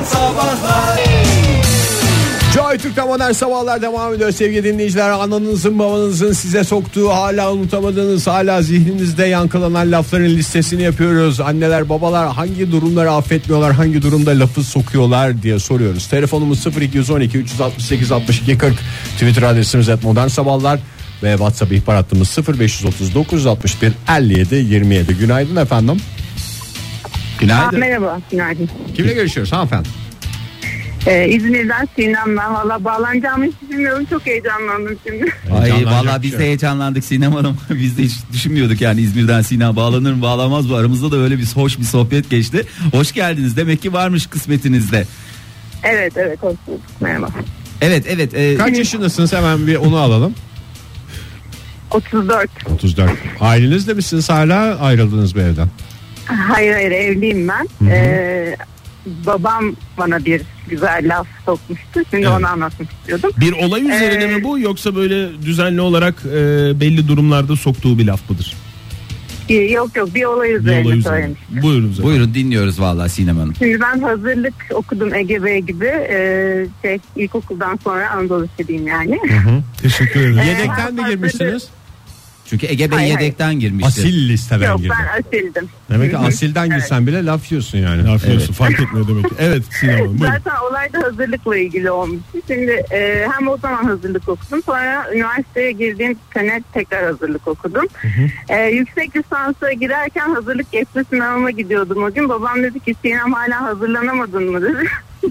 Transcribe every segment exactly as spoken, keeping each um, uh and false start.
Sabahlar. Joy Türk'te Modern Sabahlar devam ediyor sevgili dinleyiciler. Ananızın babanızın size soktuğu, hala unutamadığınız, hala zihninizde yankılanan lafların listesini yapıyoruz. Anneler babalar hangi durumları affetmiyorlar, hangi durumda lafı sokuyorlar diye soruyoruz. Telefonumuz sıfır iki on iki üç altı sekiz altmış iki kırk, Twitter adresimiz et Modern Sabahlar ve WhatsApp ihbar hattımız sıfır beş otuz dokuz altmış bir elli yedi yirmi yedi. Günaydın efendim. Günaydın. Aa, merhaba, günaydın. Kimle görüşüyoruz hanımefendi? Ee, İzmir'den Sinem ben. Valla bağlanacağımı hiç bilmiyorum. Çok heyecanlandım şimdi. Ay valla biz de heyecanlandık Sinem Hanım. Biz de hiç düşünmüyorduk yani İzmir'den Sinem bağlanır mı bağlamaz mı, aramızda da öyle bir hoş bir sohbet geçti. Hoş geldiniz, demek ki varmış kısmetinizde. Evet evet, hoş bulduk. Merhaba. Evet evet. E, Kaç yaşındasınız, hemen bir onu alalım. otuz dört. otuz dört. Ailenizle misiniz, hala ayrıldınız bir evden? Hayır hayır, evliyim ben. Ee, babam bana bir güzel laf sokmuştu. Şimdi Evet. onu anlatmak istiyordum. Bir olay üzerine Ee, mi bu, yoksa böyle düzenli olarak e, belli durumlarda soktuğu bir laf mıdır? Yok yok, bir olay Bir üzerine olay üzerine. söylemiştim. Buyurun zaten. Buyurun dinliyoruz valla Sinem Hanım. Şimdi ben hazırlık okudum Ege Bey gibi. Ee, şey, ilkokuldan sonra Anadolu Lisesi'yim yani. Teşekkür ederim. Ee, Yedekten mi hazırlık- girmişsiniz? Çünkü Ege Bey Hayır, yedekten girmişti. Asil listeden Yok, girdim. ben asildim. Demek ki Hı hı. asilden Evet. girsen bile laf yiyorsun yani. Ne yapıyorsun? Evet. Fark etmiyor demek ki. Evet Sinem Hanım, buyurun. Zaten olay da hazırlıkla ilgili olmuştu. Şimdi e, hem o zaman hazırlık okudum. Sonra üniversiteye girdiğim sene tekrar hazırlık okudum. E, yüksek lisansa girerken hazırlık geçme sınavıma gidiyordum o gün. Babam dedi ki Sinem hala hazırlanamadın mı dedi.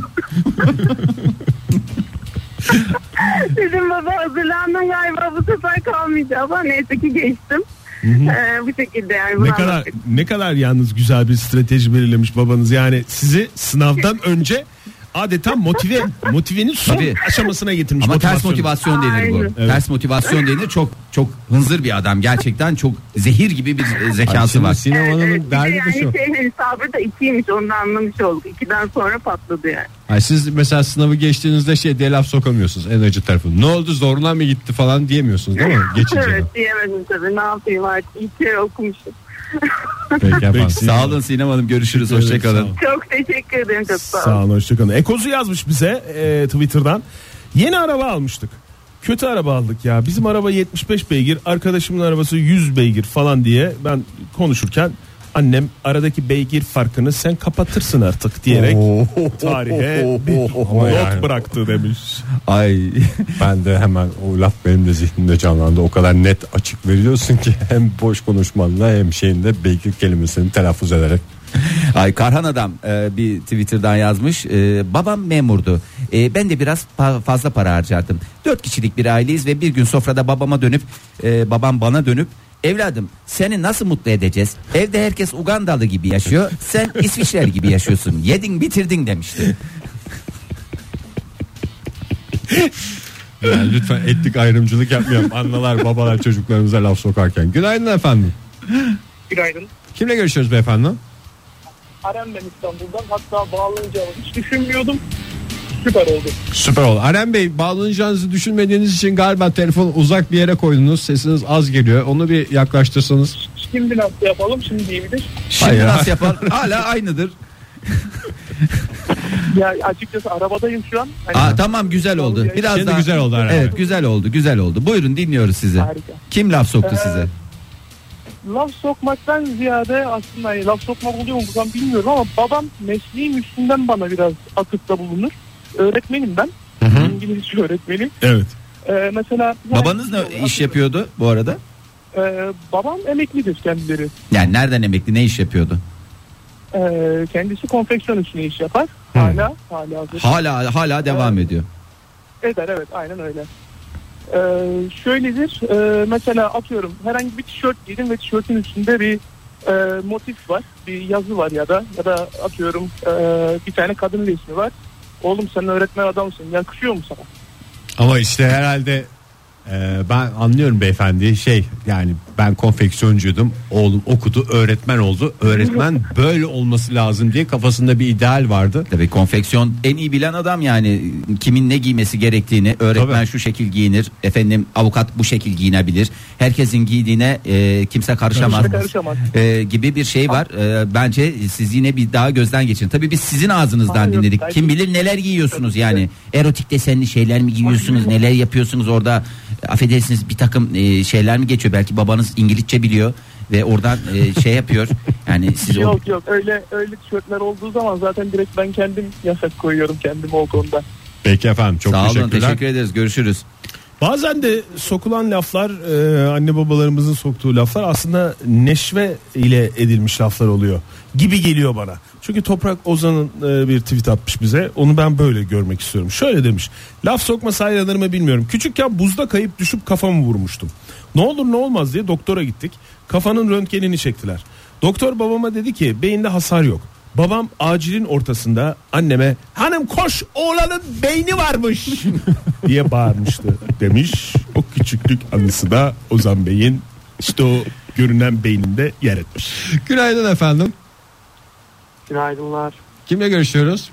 Dedim baba hazırlandım galiba, bu sefer kalmayacağım ama neyse ki geçtim. E, bu şekilde yani. Ne kadar ne kadar yalnız güzel bir strateji belirlemiş babanız. Yani sizi sınavdan önce adeta motive motivenin son Tabii. aşamasına getirmiş. Ama ters motivasyonu. motivasyon denir bu. Aynen. Evet. Ters motivasyon denir. Çok çok hınzır bir adam. Gerçekten çok zehir gibi bir e, zekası Şimdi var. Sinem Evet, Hanım'ın evet. Bir de derdi de yani şu. şey, hani sabrı da ikiymiş, onu da anlamış olduk. İkiden sonra patladı yani. Ay siz mesela sınavı geçtiğinizde şey diye laf sokamıyorsunuz, en acı tarafı. Ne oldu, zoruna mı gitti falan diyemiyorsunuz değil mi? Geçince. Evet, diyemedim tabii, ne yapayım artık, ilk kere okumuşum. Peki efendim. Peki. Sağ olun Sinem Hanım, görüşürüz, Teşekkür ederim, hoşçakalın. sağ olun. Çok teşekkür ederim, çok sağ olun. Sağ olun, hoşçakalın. Ekozu yazmış bize e, Twitter'dan. Yeni araba almıştık. Kötü araba aldık ya. Bizim araba yetmiş beş beygir, arkadaşımın arabası yüz beygir falan diye ben konuşurken annem aradaki beygir farkını sen kapatırsın artık diyerek tarihe bir Ama not yani. bıraktı demiş. Ay Ben de hemen o laf benim de zihnimde canlandı. O kadar net açık veriyorsun ki hem boş konuşmanla hem şeyinde beygir kelimesini telaffuz ederek. Ay Karhan adam e, bir Twitter'dan yazmış. E, babam memurdu. E, ben de biraz pa- fazla para harcardım. Dört kişilik bir aileyiz ve bir gün sofrada babama dönüp e, babam bana dönüp evladım seni nasıl mutlu edeceğiz? Evde herkes Ugandalı gibi yaşıyor. Sen İsviçreli gibi yaşıyorsun. Yedin bitirdin demişti. Yani lütfen etnik ayrımcılık yapmayalım. Anneler babalar çocuklarımıza laf sokarken. Günaydın efendim. Günaydın. Kimle görüşüyoruz beyefendi? Arem ben İstanbul'dan. Hatta bağlanacağımı hiç düşünmüyordum. Süper oldu. Süper oldu. Arem Bey, bağlanacağınızı düşünmediğiniz için galiba telefonu uzak bir yere koydunuz. Sesiniz az geliyor. Onu bir yaklaştırsanız. Şimdi nasıl yapalım? Şimdi iyi midir? Şimdi Hayır. nasıl yapar? Hala aynıdır. Ya açıkçası arabadayım şu an. Hani Aa, tamam güzel oldu. Biraz Şimdi daha güzel oldu Arem Evet Bey. güzel oldu güzel oldu. Buyurun dinliyoruz sizi. Harika. Kim laf soktu Ee, size? Laf sokmaktan ziyade aslında hani laf sokmak oluyor mu buradan bilmiyorum ama babam mesleğim üstünden bana biraz atıfta bulunur. Öğretmenim ben. İngilizce öğretmenim. Evet. Ee, mesela Babanız ne iş yapıyordu bu arada? Ee, babam emeklidir kendileri. Yani nereden emekli, ne iş yapıyordu? Ee, kendisi konfeksiyon işini iş yapar. Hala hala hazır. Hala hala devam ediyor. Eder, evet, aynen öyle. Ee, şöyledir, e, mesela atıyorum herhangi bir tişört giydim ve tişörtün üstünde bir e, motif var, bir yazı var ya da ya da atıyorum e, bir tane kadın resmi var. Oğlum sen öğretmen adamsın, yakışıyor mu sana? Ama işte herhalde Ee, ben anlıyorum beyefendi, şey yani ben konfeksiyoncuydum, oğlum okudu, öğretmen oldu, öğretmen böyle olması lazım diye kafasında bir ideal vardı. Tabii konfeksiyon en iyi bilen adam, yani kimin ne giymesi gerektiğini, öğretmen Tabii. şu şekil giyinir, efendim avukat bu şekil giyinebilir, herkesin giydiğine e, kimse karışamaz Karışamaz. e, gibi bir şey var. E, bence siz yine bir daha gözden geçirin. Tabii biz sizin ağzınızdan Hayır, dinledik. belki- Kim bilir neler giyiyorsunuz yani, erotik desenli şeyler mi giyiyorsunuz, neler yapıyorsunuz orada, affedersiniz bir takım e, şeyler mi geçiyor, belki babanız İngilizce biliyor ve oradan e, şey yapıyor yani siz o... Yok yok öyle öyle tişörtler olduğu zaman zaten direkt ben kendim yasak koyuyorum kendim o konuda. Peki efendim, çok Sağ olun, teşekkürler. teşekkür ederiz, görüşürüz. Bazen de sokulan laflar, e, anne babalarımızın soktuğu laflar aslında neşve ile edilmiş laflar oluyor gibi geliyor bana. Çünkü Toprak Ozan'ın e, bir tweet atmış bize. Onu ben böyle görmek istiyorum. Şöyle demiş: laf sokma sayılarımı bilmiyorum. Küçükken buzda kayıp düşüp kafamı vurmuştum. Ne olur ne olmaz diye doktora gittik. Kafanın röntgenini çektiler. Doktor babama dedi ki beyinde hasar yok. Babam acilin ortasında anneme hanım koş oğlanın beyni varmış diye bağırmıştı demiş. O küçüklük anısı da Ozan Bey'in işte o görünen beyninde yer etmiş. Günaydın efendim. Günaydınlar. Kimle görüşüyoruz?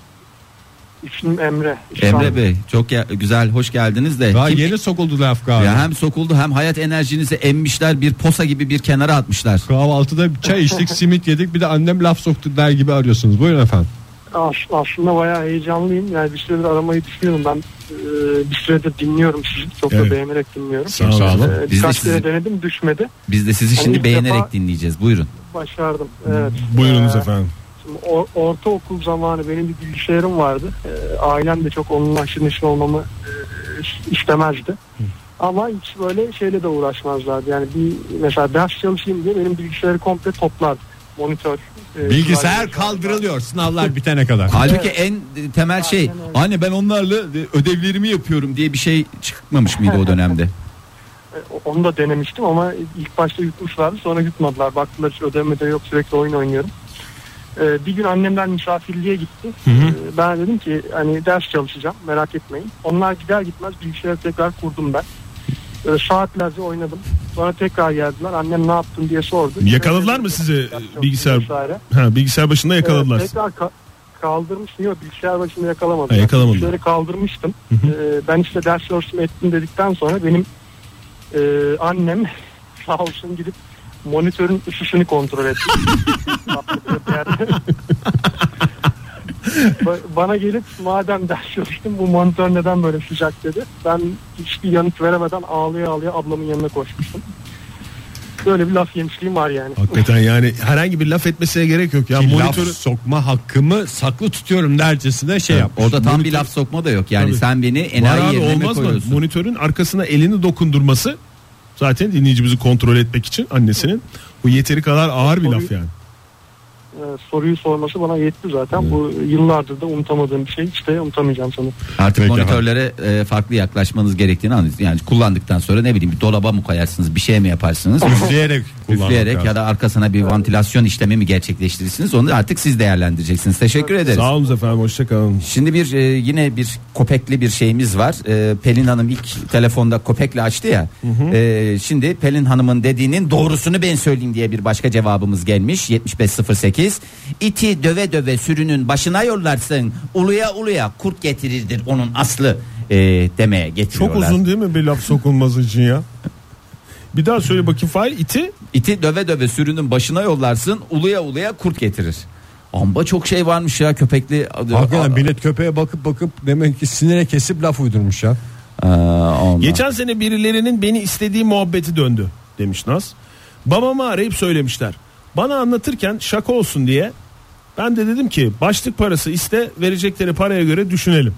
İsmim Emre. Emre Bey çok ya, güzel, hoş geldiniz de. Daha Kim- yeni sokuldu laf galiba. ya hem sokuldu hem hayat enerjinizi emmişler, bir posa gibi bir kenara atmışlar. Kahvaltıda çay içtik, simit yedik, bir de annem laf soktu der gibi arıyorsunuz. Buyurun efendim. As- aslında bayağı heyecanlıyım. Yani bir süredir aramayı düşünüyorum ben. Ee, bir süredir dinliyorum sizi. Çok Evet. da beğenerek dinliyorum. Sağ olun. Sağ olun. Ee, Biz de birkaç sizi- kere denedim, düşmedi. Biz de sizi şimdi ilk beğenerek defa- dinleyeceğiz. Buyurun. Başardım. Evet. Buyurunuz Ee, efendim. Şimdi or- ortaokul zamanı benim bir bilgisayarım vardı. Ee, ailem de çok onunla haşır neşir olmamı e, istemezdi. Ama hiç böyle şeyle de uğraşmazlardı. Yani bir mesela ders çalışayım diye benim bilgisayarı komple toplardı. Monitör. e, Bilgisayar klavye- kaldırılıyor sınavlar bitene kadar. Halbuki en temel şey, Aynen öyle. anne ben onlarla ödevlerimi yapıyorum diye bir şey çıkmamış mıydı o dönemde? E, Onu da denemiştim ama ilk başta yutmuşlardı, sonra yutmadılar. Baktılar hiç ödeme de yok, sürekli oyun oynuyorum. Ee, bir gün annemler misafirliğe gitti. Ee, ben dedim ki hani ders çalışacağım, merak etmeyin. Onlar gider gitmez bilgisayarı tekrar kurdum ben. Böyle saatlerce oynadım. Sonra tekrar geldiler. Annem ne yaptın diye sordu. Yakaladılar İşte, mı sizi ders çalıştım bilgisayar? vesaire. Ha, bilgisayar başında yakaladılar. Evet, tekrar ka- kaldırmış. Yok, bilgisayar başında yakalamadım. Ha, yakalamadılar. Şöyle kaldırmıştım. Ee, ben işte ders çalıştım ettim dedikten sonra benim e, annem sağ olsun gidip monitörün ısısını kontrol etti. Ba- Bana gelip madem ders çalıştım bu monitör neden böyle sıcak dedi. Ben hiçbir yanıt veremeden ağlaya ağlaya ablamın yanına koşmuştum. Böyle bir laf yemişliğim var yani. Hakikaten yani herhangi bir laf etmesine gerek yok ya. Ki Monitörü laf sokma hakkımı saklı tutuyorum dercesine şey yapmış. Orada tam Monitör- bir laf sokma da yok. Yani Tabii. sen beni var enayi abi, yerine mi olmaz mı? koyuyorsun? Monitörün arkasına elini dokundurması zaten dinleyicimizi kontrol etmek için annesinin bu yeteri kadar ağır bir laf yani. Ee, soruyu sorması bana yetti zaten. Bu yıllardır da unutamadığım bir şey. İşte unutamayacağım sanırım. Artık Peki monitörlere e, farklı yaklaşmanız gerektiğini anlıyorsunuz. Yani kullandıktan sonra ne bileyim bir dolaba mı koyarsınız, bir şey mi yaparsınız? Üfleyerek kullanmak Üfleyerek lazım. ya da arkasına bir vantilasyon işlemi mi gerçekleştirirsiniz? Onu artık siz değerlendireceksiniz. Teşekkür ederiz. Sağ olun efendim, hoşçakalın. Şimdi bir e, yine bir Kopek'li bir şeyimiz var. E, Pelin Hanım ilk telefonda Kopek'le açtı ya. E, şimdi Pelin Hanım'ın dediğinin doğrusunu ben söyleyeyim diye bir başka cevabımız gelmiş. yetmiş beş sıfır sekiz. İti döve döve sürünün başına yollarsın. Uluya uluya kurt getirirdir onun aslı e, demeye Çok getiriyorlar. uzun değil mi bir laf sokulması için ya? Bir daha söyle bakayım Fahir. İti İti döve döve sürünün başına yollarsın. Uluya uluya kurt getirir. Amba çok şey varmış ya köpekli. Hakikaten millet köpeğe bakıp bakıp demek ki sinire kesip laf uydurmuş ya. Aa, geçen sene birilerinin beni istediği muhabbeti döndü demiş Naz. Babamı arayıp söylemişler. Bana anlatırken şaka olsun diye ben de dedim ki başlık parası iste, verecekleri paraya göre düşünelim.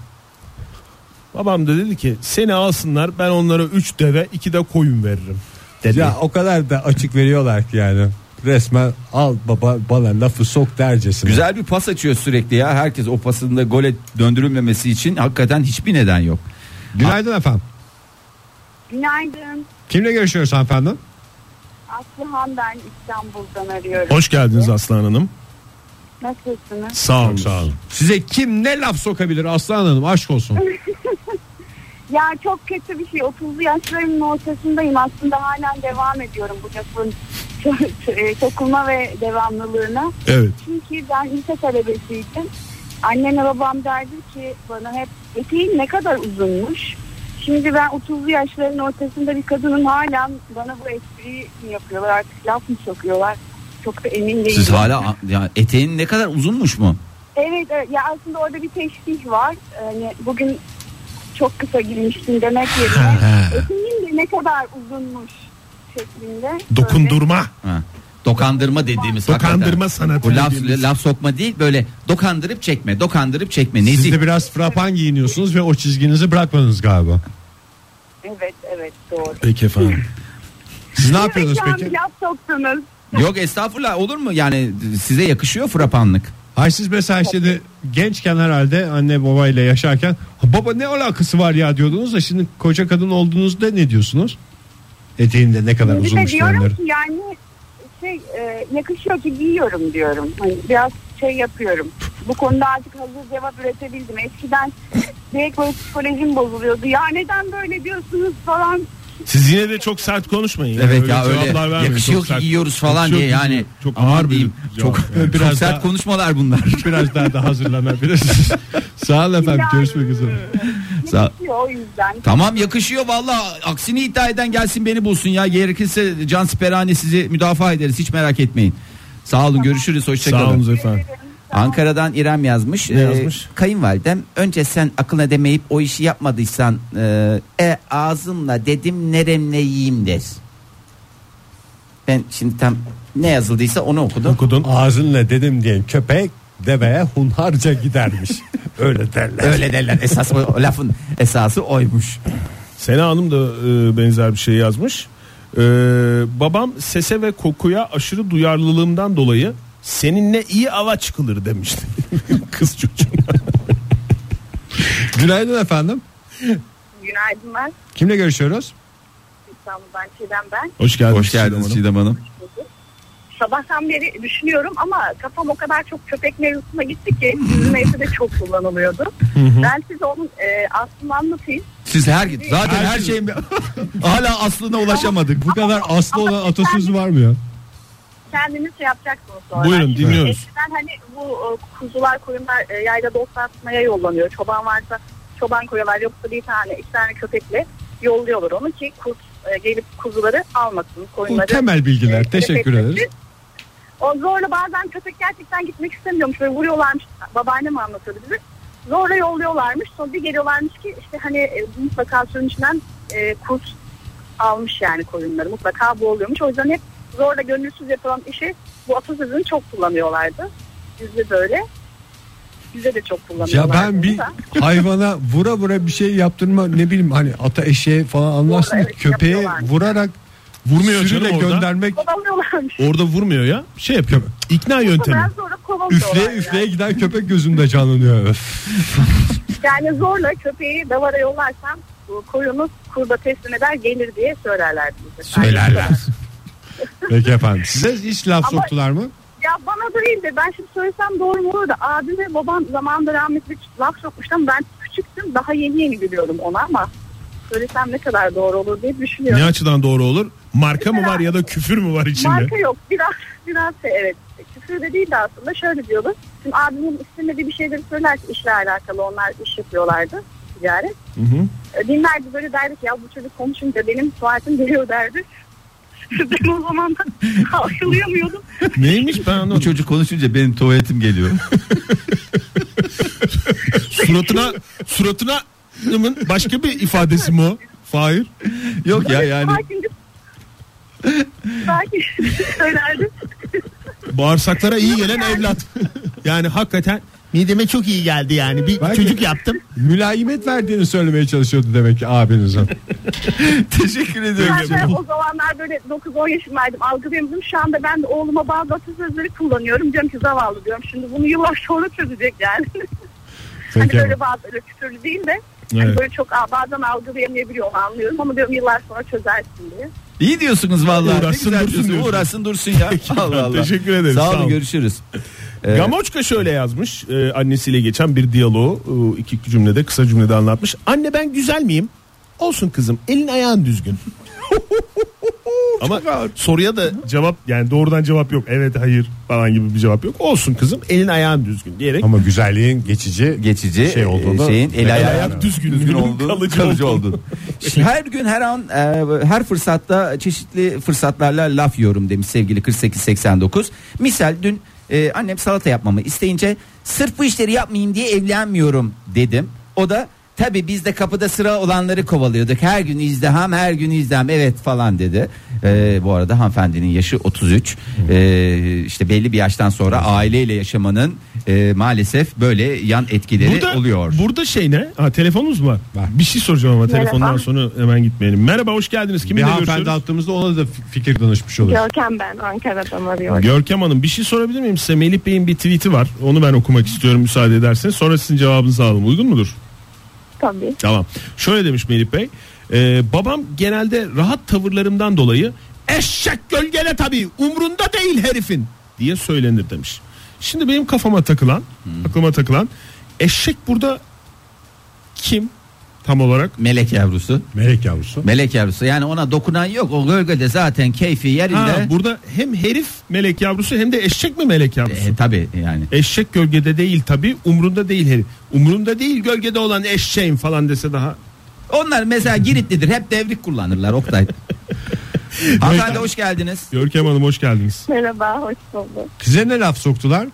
Babam da dedi ki seni alsınlar, ben onlara üç deve iki de koyun veririm dedi. Ya o kadar da açık veriyorlar ki yani. Resmen al baba bana lafı sok dercesine. Güzel bir pas açıyor sürekli ya. Herkes o pasında gole döndürülmemesi için hakikaten hiçbir neden yok. Günaydın efendim. Günaydın. Kimle görüşüyoruz hanımefendi? Aslıhan, ben İstanbul'dan arıyorum. Hoş geldiniz Aslan Hanım. Nasılsınız? Sağ olun. Sağ olun. Size kim ne laf sokabilir Aslan Hanım, aşk olsun. Ya çok kötü bir şey. otuzlu yaşlarımın ortasındayım. Aslında halen devam ediyorum bu lafın sokulma ve devamlılığına. Evet. Çünkü ben lise talebesiydim. Annemle babam derdi ki bana hep eteğin ne kadar uzunmuş. Şimdi ben otuzlu yaşların ortasında bir kadının hala bana bu espriyi mi yapıyorlar, artık laf mı sokuyorlar? Çok da emin değilim. Siz hala ya eteğin ne kadar uzunmuş mu? Evet, evet. Ya aslında orada bir teşbih var. Yani bugün çok kısa giymiştin demek yerine eteğin de ne kadar uzunmuş şeklinde. Dokundurma. Ha. Dokandırma dediğimiz. Dokandırma hakikaten. sanatı. Bu laf, dediğimiz. laf sokma değil, böyle dokandırıp çekme, dokandırıp çekme. Nezih. Siz de biraz frapan giyiniyorsunuz ve o çizginizi bırakmadınız galiba. Evet, evet, doğru. Peki efendim. Siz ne yapıyorsunuz Şu an peki? bir laf soktunuz. Yok estağfurullah, olur mu? Yani size yakışıyor frapanlık. Hayır, siz mesela işte de gençken herhalde anne babayla yaşarken baba ne alakası var ya diyordunuz da şimdi koca kadın olduğunuzda ne diyorsunuz? Eteğinde ne kadar Bir de uzunmuş diyorum diyenler. ki yani şey e, yakışıyor ki giyiyorum diyorum. Hani biraz şey yapıyorum. Bu konuda artık hazır cevap üretebildim. Eskiden direkt böyle psikolojim bozuluyordu. Ya neden böyle diyorsunuz falan. Siz yine de çok sert konuşmayın. Evet öyle ya, öyle cevaplar vermeyin. yakışıyor Çok ki sert. giyiyoruz falan Yakışıyor diye ki yani. çok Aman ağır bir diyeyim, cevap. çok, Biraz çok sert daha- konuşmalar bunlar. Biraz daha da hazırlanabilirsiniz. Sağ olun efendim, görüşmek üzere. Sağ- Yakışıyor o yüzden. Tamam, yakışıyor valla, aksini iddia eden gelsin beni bulsun ya, gerekirse can siperhane sizi müdafaa ederiz, hiç merak etmeyin. Sağ olun, görüşürüz, Sağ hoşçakalın. olun efendim. Ankara'dan İrem yazmış. Ne Ee, yazmış? Kayınvalidem, önce sen aklına demeyip o işi yapmadıysan e, e ağzımla dedim neremle yiyeyim der. Ben şimdi tam ne yazıldıysa onu okudum. Okudun. Ağzınla dedim diyen köpek deveye hunharca gidermiş. Öyle derler. Öyle derler, esas o, o lafın esası oymuş. Sena Hanım da e, benzer bir şey yazmış. E, babam sese ve kokuya aşırı duyarlılığımdan dolayı seninle iyi ava çıkılır demişti. Kız çocuğuna. Günaydın efendim. Günaydınlar. Kimle görüşüyoruz? İstanbul'dan Çiğdem ben. Hoş geldiniz. Hoş geldiniz Çiğdem Hanım. Çiğdem Hanım. Sabahtan beri düşünüyorum ama kafam o kadar çok köpek mevzusuna gitti ki bizim evde de çok kullanılıyordu. Ben size onun e, aslını anlatayım. Siz her zaten her, Her şeyin hala aslına ulaşamadık. Bu kadar aslı ama olan atasözü var mı ya? Kendiniz şey yapacaksınız sonra. Buyurun, Şimdi dinliyoruz. Eskiden hani bu e, kuzular koyunlar e, yaylada otlatmaya yollanıyor. Çoban varsa çoban koyuyorlar, yoksa bir tane iki tane köpekle yolluyorlar onu ki kurt e, gelip kuzuları almasın. Bu Koyunları, temel bilgiler. e, Teşekkür etmesin. ederiz. O zorla bazen köpek gerçekten gitmek istemiyormuş. Böyle vuruyorlarmış. Babaannem anlatıyordu bize. Zorla yolluyorlarmış. Sonra bir geliyorlarmış ki işte hani e, mutlaka suyun içinden e, kurt almış yani koyunları. Mutlaka bu oluyormuş. O yüzden hep zorla gönülsüz yapılan işi bu atasözünü çok kullanıyorlardı. Bizde böyle. Bizde de çok Ya kullanıyorlardı. ben bir da. hayvana vura vura bir şey yaptırma, ne bileyim hani ata eşeğe falan anlarsın, Evet, köpeğe yapıyorlar. vurarak Vurmuyor sürüyle canım orada. göndermek, Kovalıyorlarmış. Orada vurmuyor ya. Şey yapıyor. İkna yöntemi. Ben sonra kovalıyorlar. üfleye yani. üfleye giden köpek gözünde canlanıyor. Öf. Yani zorla köpeği davara yollarsan bu koyunu kurda teslim eder gelir diye söylerlerdi bize. Söylerler. Peki efendim. Size hiç laf Ama- soktular mı? Ya bana değil de ben şimdi söylesem doğru mu olur da abim ve babam zamanında rahmetli laf sokmuştu ama ben küçüktüm, daha yeni yeni biliyorum onu ama söylesem ne kadar doğru olur diye düşünüyorum. Ne açıdan doğru olur? Marka mı var ya da küfür mü var içinde? Marka yok, biraz biraz şey, evet, küfür de değil de aslında şöyle diyordu. Şimdi abimin istemediği bir şeyleri söyler ki işle alakalı, onlar iş yapıyorlardı, ticaret. Hı hı. Dinlerdi böyle, derdi ki ya bu çocuk konuşunca benim tuvaletim geliyor derdi. Ben o zaman da karşılayamıyordum. Neymiş ben Bu anlamadım. çocuk konuşunca benim tuvaletim geliyor. Suratına suratına başka bir ifadesi mi o? Fahir. Yok ya yani. Sakince sakin söylerdi. Bağırsaklara iyi gelen evlat. Yani hakikaten mideme çok iyi geldi yani. Bir Belki- çocuk yaptım. Mülayimet verdiğini söylemeye çalışıyordu demek ki abinize. Teşekkür ediyorum. Ben de o zamanlar böyle dokuz on yaşındaydım, algılayamadım. Şu anda ben de oğluma bazı atasözleri kullanıyorum. Diyorum ki zavallı diyorum. Şimdi bunu yıllar sonra çözecek yani. Hani Peki. böyle bazı öyle küfürlü değil de hani Evet. böyle çok bazen algılayamayabiliyorum, anlıyorum ama diyorum yıllar sonra çözersin diye. İyi diyorsunuz vallahi. Uğraşsın Ne güzel dursun diyorsun. diyorsun. Uğraşsın dursun ya. Allah Allah. Teşekkür ederim. Sağ Sağ olun, olun. görüşürüz. Ee, Gamoçka şöyle yazmış. E, annesiyle geçen bir diyaloğu e, iki cümlede, kısa cümlede anlatmış. Anne ben güzel miyim? Olsun kızım. Elin ayağın düzgün. Ama soruya da cevap, yani doğrudan cevap yok. Evet hayır falan gibi bir cevap yok. Olsun kızım, elin ayağın düzgün diyerek. Ama güzelliğin geçici geçici şey olduğunu, şeyin el ayağı ayak düzgün, düzgün oldu, kalıcı, kalıcı oldu. oldu. Her gün her an e, her fırsatta çeşitli fırsatlarla laf yiyorum demiş sevgili kırk sekiz seksen dokuz. Misal dün e, annem salata yapmamı isteyince sırf bu işleri yapmayayım diye evlenmiyorum dedim. O da tabii biz de kapıda sıra olanları kovalıyorduk. Her gün izdiham, her gün izdiham, evet falan dedi. Ee, bu arada hanımefendinin yaşı otuz üç. Ee, işte belli bir yaştan sonra aileyle yaşamanın e, maalesef böyle yan etkileri Burada, oluyor. Burada şey ne? Ha, telefonumuz mu var? Var. Bir şey soracağım ama Merhaba. telefondan sonra hemen gitmeyelim. Merhaba, hoş geldiniz. bir Kiminle hanımefendi görüşüyoruz? attığımızda ona da fikir danışmış oluruz. Görkem ben, Ankara'dan arıyorum. Görkem Hanım, bir şey sorabilir miyim size? Melih Bey'in bir tweet'i var. Onu ben okumak istiyorum müsaade ederseniz. Sonra sizin cevabınızı alalım. Uygun mudur? Tabii. Tamam. Şöyle demiş Melih Bey. E, babam genelde rahat tavırlarımdan dolayı eşek gölgele tabii umrunda değil herifin diye söylenir demiş. Şimdi benim kafama takılan, hmm. aklıma takılan eşek burada kim tam olarak? Melek yavrusu. Melek yavrusu. Melek yavrusu, yani ona dokunan yok. O gölgede zaten keyfi yerinde. Ha, burada hem herif melek yavrusu hem de eşek mi melek yavrusu? E, tabii yani. Eşek gölgede değil tabii, umrunda değil herif. Umrunda değil gölgede olan eşeğin falan dese daha. Onlar mesela Giritlidir, hep devrik kullanırlar Oktay. Hanımefendi hoş geldiniz. Görkem Hanım hoş geldiniz. Merhaba, hoş bulduk. Size ne laf soktular?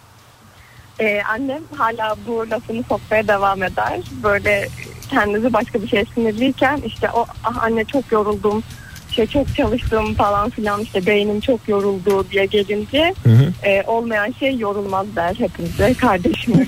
Ee, annem hala bu lafını sokmaya devam eder. Böyle kendinizi başka bir şey sinirliyken işte o ah anne çok yoruldum, işte çok çalıştım falan filan, işte beynim çok yoruldu diye gelince Hı hı. e, olmayan şey yorulmaz der hepimize, kardeşim.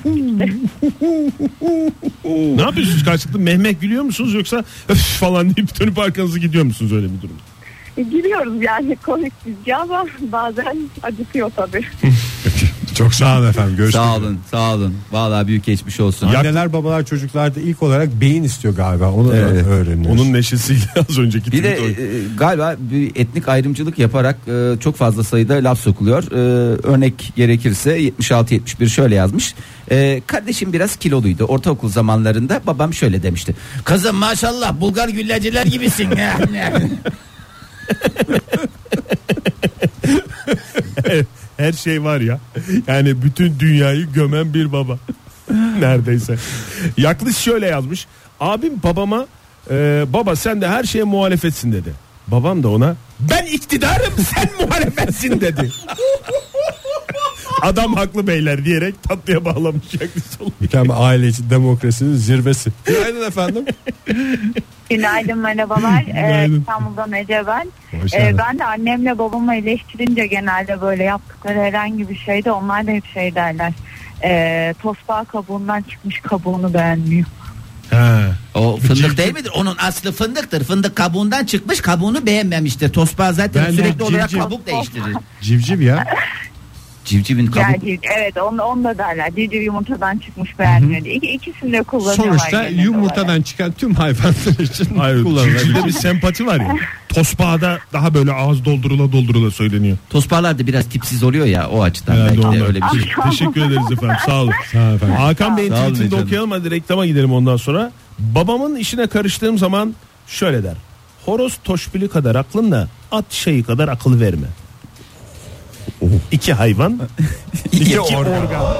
Ne yapıyorsunuz karşılıklı? Mehmet gülüyor musunuz yoksa öf falan deyip dönüp arkanızı gidiyor musunuz, öyle bir durum? E, giriyoruz yani, komik bizce ama bazen acıtıyor tabii. Çok sağ olun efendim. Görüşmek Sağ üzere. olun, sağ olun. Vallahi büyük geçmiş olsun. Anneler babalar çocuklarda ilk olarak beyin istiyor galiba. Onu Evet. da öğreniyoruz. Onun neşesiyle az önceki Bir de tweet o. e, galiba bir etnik ayrımcılık yaparak e, çok fazla sayıda laf sokuluyor. E, örnek gerekirse yetmiş altı yetmiş bir şöyle yazmış. E, kardeşim biraz kiloluydu. Ortaokul zamanlarında babam şöyle demişti. Kızım maşallah Bulgar gülleciler gibisin. Her şey var ya. Yani bütün dünyayı gömen bir baba. Neredeyse. Yaklaşık şöyle yazmış. Abim babama e, baba sen de her şeye muhalefetsin dedi. Babam da ona ben iktidarım sen muhalefetsin dedi. Adam haklı beyler diyerek tatlıya bağlamış yaklaşık. Mükemmel, aile içi demokrasinin zirvesi. Günaydın efendim. Günaydın, merhabalar. Ee, Günaydın. İstanbul'dan Ece ben. Hoş Ee, geldin. ben de annemle babamı eleştirince genelde böyle yaptıkları herhangi bir şeyde onlar da hep şey derler. Ee, tosbağa kabuğundan çıkmış, kabuğunu beğenmiyor. Ha. O fındık değil midir? Onun aslı fındıktır. Fındık kabuğundan çıkmış, kabuğunu beğenmemiştir. Tosbağa zaten Ben de sürekli olarak civciv. kabuk değiştirir. Civciv ya. Civcivin kabuk. Yani, civ- evet onu, onu da derler. Civciv yumurtadan çıkmış, beğenmiyor diye. İki, ikisini de kullanıyorlar. Sonuçta genel yumurtadan olarak. çıkan tüm hayvanlar için Hayır, kullanılabilir. civcivde bir sempati var ya. Tosbağada daha böyle ağız doldurula doldurula söyleniyor. Tosbağalar da biraz tipsiz oluyor ya, o açıdan Herhalde belki de ondan. öyle bir şey. Teşekkür ederiz efendim, sağ olun. Sağ olun efendim. Hakan Bey'in Sağ olun tweetini de canım. okuyalım, hadi reklama gidelim ondan sonra. Babamın işine karıştığım zaman şöyle der. Horoz toşbili kadar aklınla at şeyi kadar akıl verme. İki hayvan, iki organ.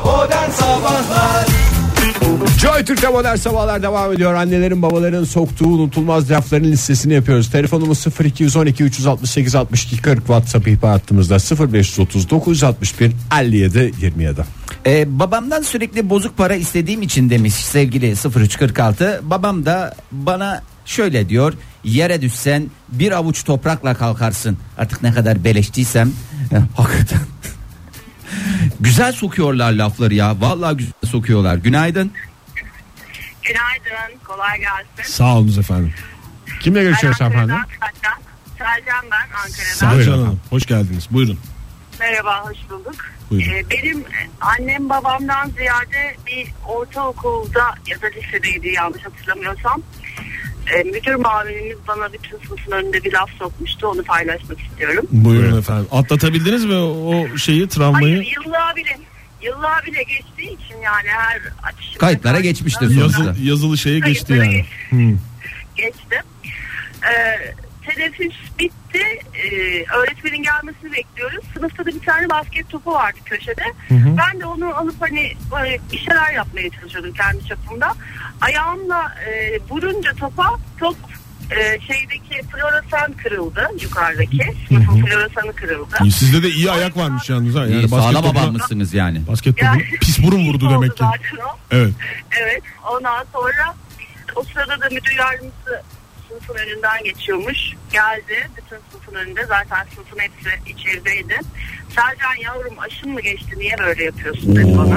Joy Türk'te modern sabahlar devam ediyor. Annelerin babaların soktuğu unutulmaz lafların listesini yapıyoruz. Telefonumuz sıfır iki on iki üç altı sekiz altmış iki kırk, WhatsApp ihbar hattımızda sıfır beş otuz dokuz altmış bir elli yedi yirmi yedi. Ee, babamdan sürekli bozuk para istediğim için demiş sevgili sıfır üç kırk altı. Babam da bana şöyle diyor: yere düşsen bir avuç toprakla kalkarsın. Artık ne kadar beleştiysem eh, hakikaten. Güzel sokuyorlar lafları ya. Vallahi güzel sokuyorlar. Günaydın. Günaydın, kolay gelsin. Sağ olunuz efendim. Kimle görüşüyoruz efendim? Selcan. Selcan ben, Ankara'dan. Selcan Buyurun Hanım, hoş geldiniz. Buyurun. Merhaba, hoş bulduk. Buyurun. Ee, benim annem babamdan ziyade bir ortaokulda ya da lisedeydi yanlış hatırlamıyorsam. e, müdür muavinimiz bana bütün sınıfın önünde bir laf sokmuştu. Onu paylaşmak istiyorum. Buyurun efendim. Atlatabildiniz mi o şeyi, travmayı? Hayır, yıllığa bile yıllığa bile geçtiği için yani her açışımda Kayıtlara geçmiştir sonuçta. Yazılı, yazılı şeye geçti Kayıtlara yani. geç- Hmm. geçti. Ee, teneffüs bitti. Ee, öğretmenin gelmesini bekliyoruz. Sınıfta da bir tane basket topu vardı köşede. Hı hı. Ben de onu alıp hani böyle bir şeyler yapmaya çalışıyordum kendi çapımda. Ayağımla e, vurunca topa top e, şeydeki floresan kırıldı, yukarıdaki. Sınıfın floresanı kırıldı. Sizde de iyi ayak varmış yalnız ha. Yani İyi, sağlam basketbol- abanmışsınız yani. Basketbol Yani- pis burun vurdu İyi demek oldu ki. zaten o. Evet. Evet. Ondan sonra o sırada da müdür yardımcısı sınıfın önünden geçiyormuş. Geldi. Bütün sınıfın önünde. Zaten sınıfın hepsi içerideydi. Sercan yavrum aşın mı geçti? Niye böyle yapıyorsun dedi bana.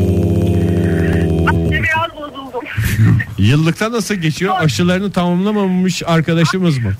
Ben de biraz bozuldum. Yıllıkta nasıl geçiyor? Aşılarını tamamlamamış arkadaşımız mı?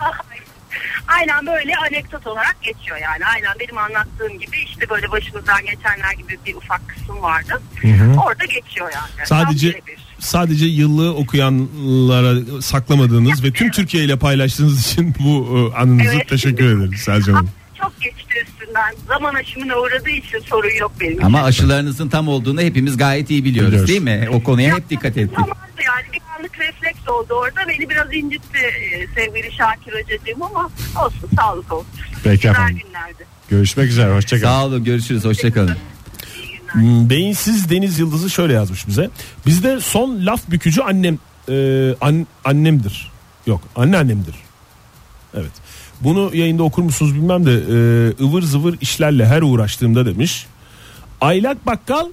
Aynen böyle anekdot olarak geçiyor yani. Aynen benim anlattığım gibi işte böyle başımızdan geçenler gibi bir ufak kısım vardı. Hı hı. Orada geçiyor yani. Sadece Tam birebir. sadece yıllığı okuyanlara saklamadığınız ve tüm Türkiye ile paylaştığınız için bu e, anınızı Evet. teşekkür ederiz Selcan Hanım. Çok geçti üstünden. Zaman aşımına uğradığı için sorun yok benim Ama için. aşılarınızın tam olduğunu hepimiz gayet iyi biliyoruz, Biliyoruz. değil mi? O konuya hep dikkat ettik. Tamamdı yani bir anlık refleks oldu orada. Beni biraz incitti e, sevgili Şakir Hocacığım ama olsun sağlık olsun. Peki Güzel efendim. günlerdi. Görüşmek üzere. Hoşçakalın. Sağ olun, görüşürüz, hoşçakalın. İyi günler. Hmm, Beyinsiz Deniz Yıldızı şöyle yazmış bize. Bizde son laf bükücü annem e, an, annemdir. Yok, anneannemdir. Evet. Bunu yayında okur musunuz bilmem de e, ıvır zıvır işlerle her uğraştığımda demiş. Aylak bakkal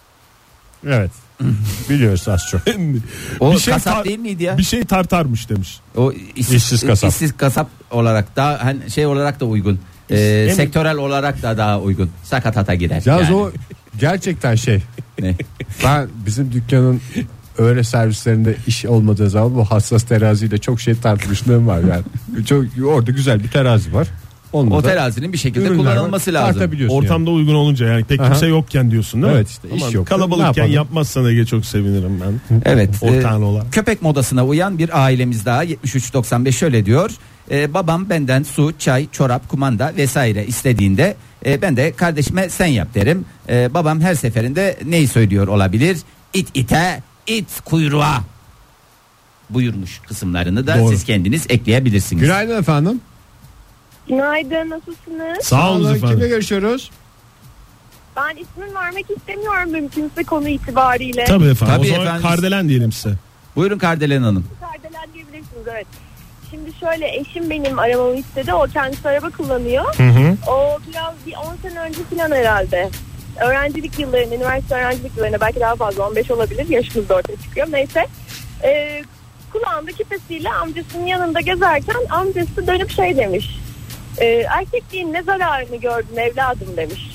Evet. Biliyoruz az çok. O bir şey kasap tar- değil miydi ya? bir şey tartarmış demiş. O işsiz, İşsiz kasap. işsiz kasap olarak da hani şey olarak da uygun. Ee, sektörel olarak da daha uygun. Sakatata girer. Yalnız yani. o gerçekten şey. Ne? Ben bizim dükkanın öğle servislerinde iş olmadığı zaman bu hassas teraziyle çok şey tartışmışlığım var yani. Çok orada güzel bir terazi var. Onda O da terazinin bir şekilde ürünler var, kullanılması lazım. tartabiliyorsun Ortamda uygun olunca yani pek Aha. kimse yokken diyorsun değil mi? Evet işte, iş Aman yok. Ne kalabalıkken yapalım? yapmazsan Ege çok sevinirim ben. Evet. Ortağın e, olan. Köpek modasına uyan bir ailemiz daha yetmiş üç doksan beş şöyle diyor. E, babam benden su, çay, çorap, kumanda vesaire istediğinde e, ben de kardeşime sen yap derim. E, babam her seferinde neyi söylüyor olabilir? İt ite, it kuyruğa buyurmuş kısımlarını da Doğru. siz kendiniz ekleyebilirsiniz. Günaydın efendim. Günaydın, nasılsınız? Sağ olun Kimle efendim. görüşüyoruz? Ben ismini vermek istemiyorum mümkünse konu itibariyle. Tabii efendim. Tabii o zaman efendim. Kardelen diyelim size. Buyurun Kardelen Hanım. Kardelen diyebilirsiniz, evet. Şimdi şöyle, eşim benim arabamı istedi. O kendisi araba kullanıyor. Hı hı. O biraz bir on sene önce falan herhalde. Öğrencilik yıllarında, üniversite öğrencilik yıllarında, belki daha fazla, on beş olabilir. Yaşımız da ortaya çıkıyor. Neyse. Ee, kulağında küpesiyle amcasının yanında gezerken amcası dönüp şey demiş. E, erkekliğin ne zararını gördün evladım demiş.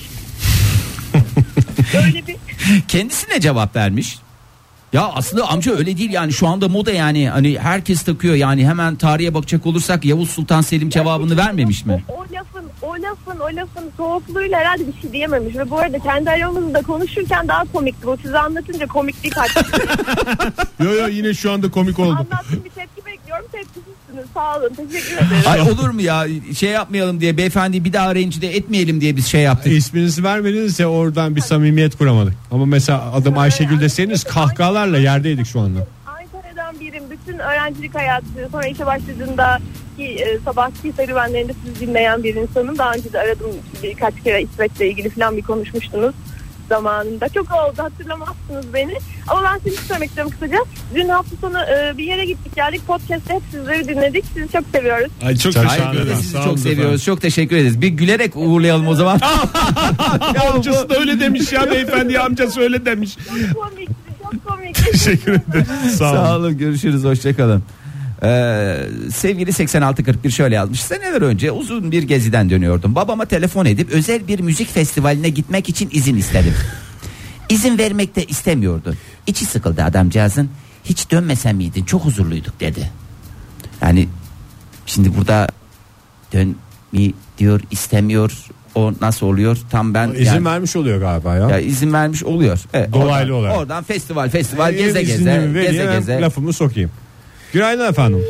Böyle bir... Kendisi ne cevap vermiş? Ya aslında amca öyle değil yani, şu anda moda yani, hani herkes takıyor yani. Hemen tarihe bakacak olursak Yavuz Sultan Selim cevabını vermemiş mi? O, o lafın o lafın o lafın soğukluğuyla herhalde bir şey diyememiş ve bu arada kendi aramızda konuşurken daha komikti. Bu size anlatınca komiklik kaçtı. Yo yo yine şu anda komik oldu. Anlattım, bir tepki bekliyorum. Tepkisizsiniz. Sağ olun. Teşekkür ederim. Ay olur mu ya, şey yapmayalım diye, beyefendi bir daha rencide etmeyelim diye biz şey yaptık. İsminizi vermediniz ya, oradan bir samimiyet kuramadık. Ama mesela adım Ayşegül deseniz kahkahalarla yerdeydik şu anda. Ankara'dan birim. Bütün öğrencilik hayatı, sonra işe başladığında ki e, sabahki serüvenlerinde sizi dinleyen bir insanım. Daha önce de aradım birkaç kere, İsveç'le ilgili falan bir konuşmuştunuz zamanında. Çok oldu, hatırlamazsınız beni. Ama ben sizi söylemek istiyorum kısaca. Dün hafta sonu e, bir yere gittik geldik. Podcast'te hep sizleri dinledik. Sizi çok seviyoruz. Ay çok Çok teşekkür Ay, biz de ederim. sizi Sağ çok olun seviyoruz. efendim. Çok teşekkür ederiz. Bir gülerek uğurlayalım o zaman. Amcası da öyle demiş ya beyefendi, amcası öyle demiş. Çok komik, çok komik. Teşekkür ederim. Sağ olun. Sağ olun, görüşürüz, hoşçakalın. Ee, sevgili seksen altı kırk bir şöyle yazmış. Seneler önce uzun bir geziden dönüyordum. Babama telefon edip özel bir müzik festivaline gitmek için izin istedim. İzin vermek de istemiyordu. İçi sıkıldı adamcağızın. Hiç dönmesen miydin, çok huzurluyduk dedi. Yani şimdi burada dön mi diyor, istemiyor. O nasıl oluyor tam ben İzin yani, vermiş oluyor galiba ya. ya izin vermiş oluyor. Evet, Dolaylı oradan, olarak. oradan festival festival Ee, geze iznimi geze vereyim, geze hem geze. lafımı sokayım. Günaydın efendim.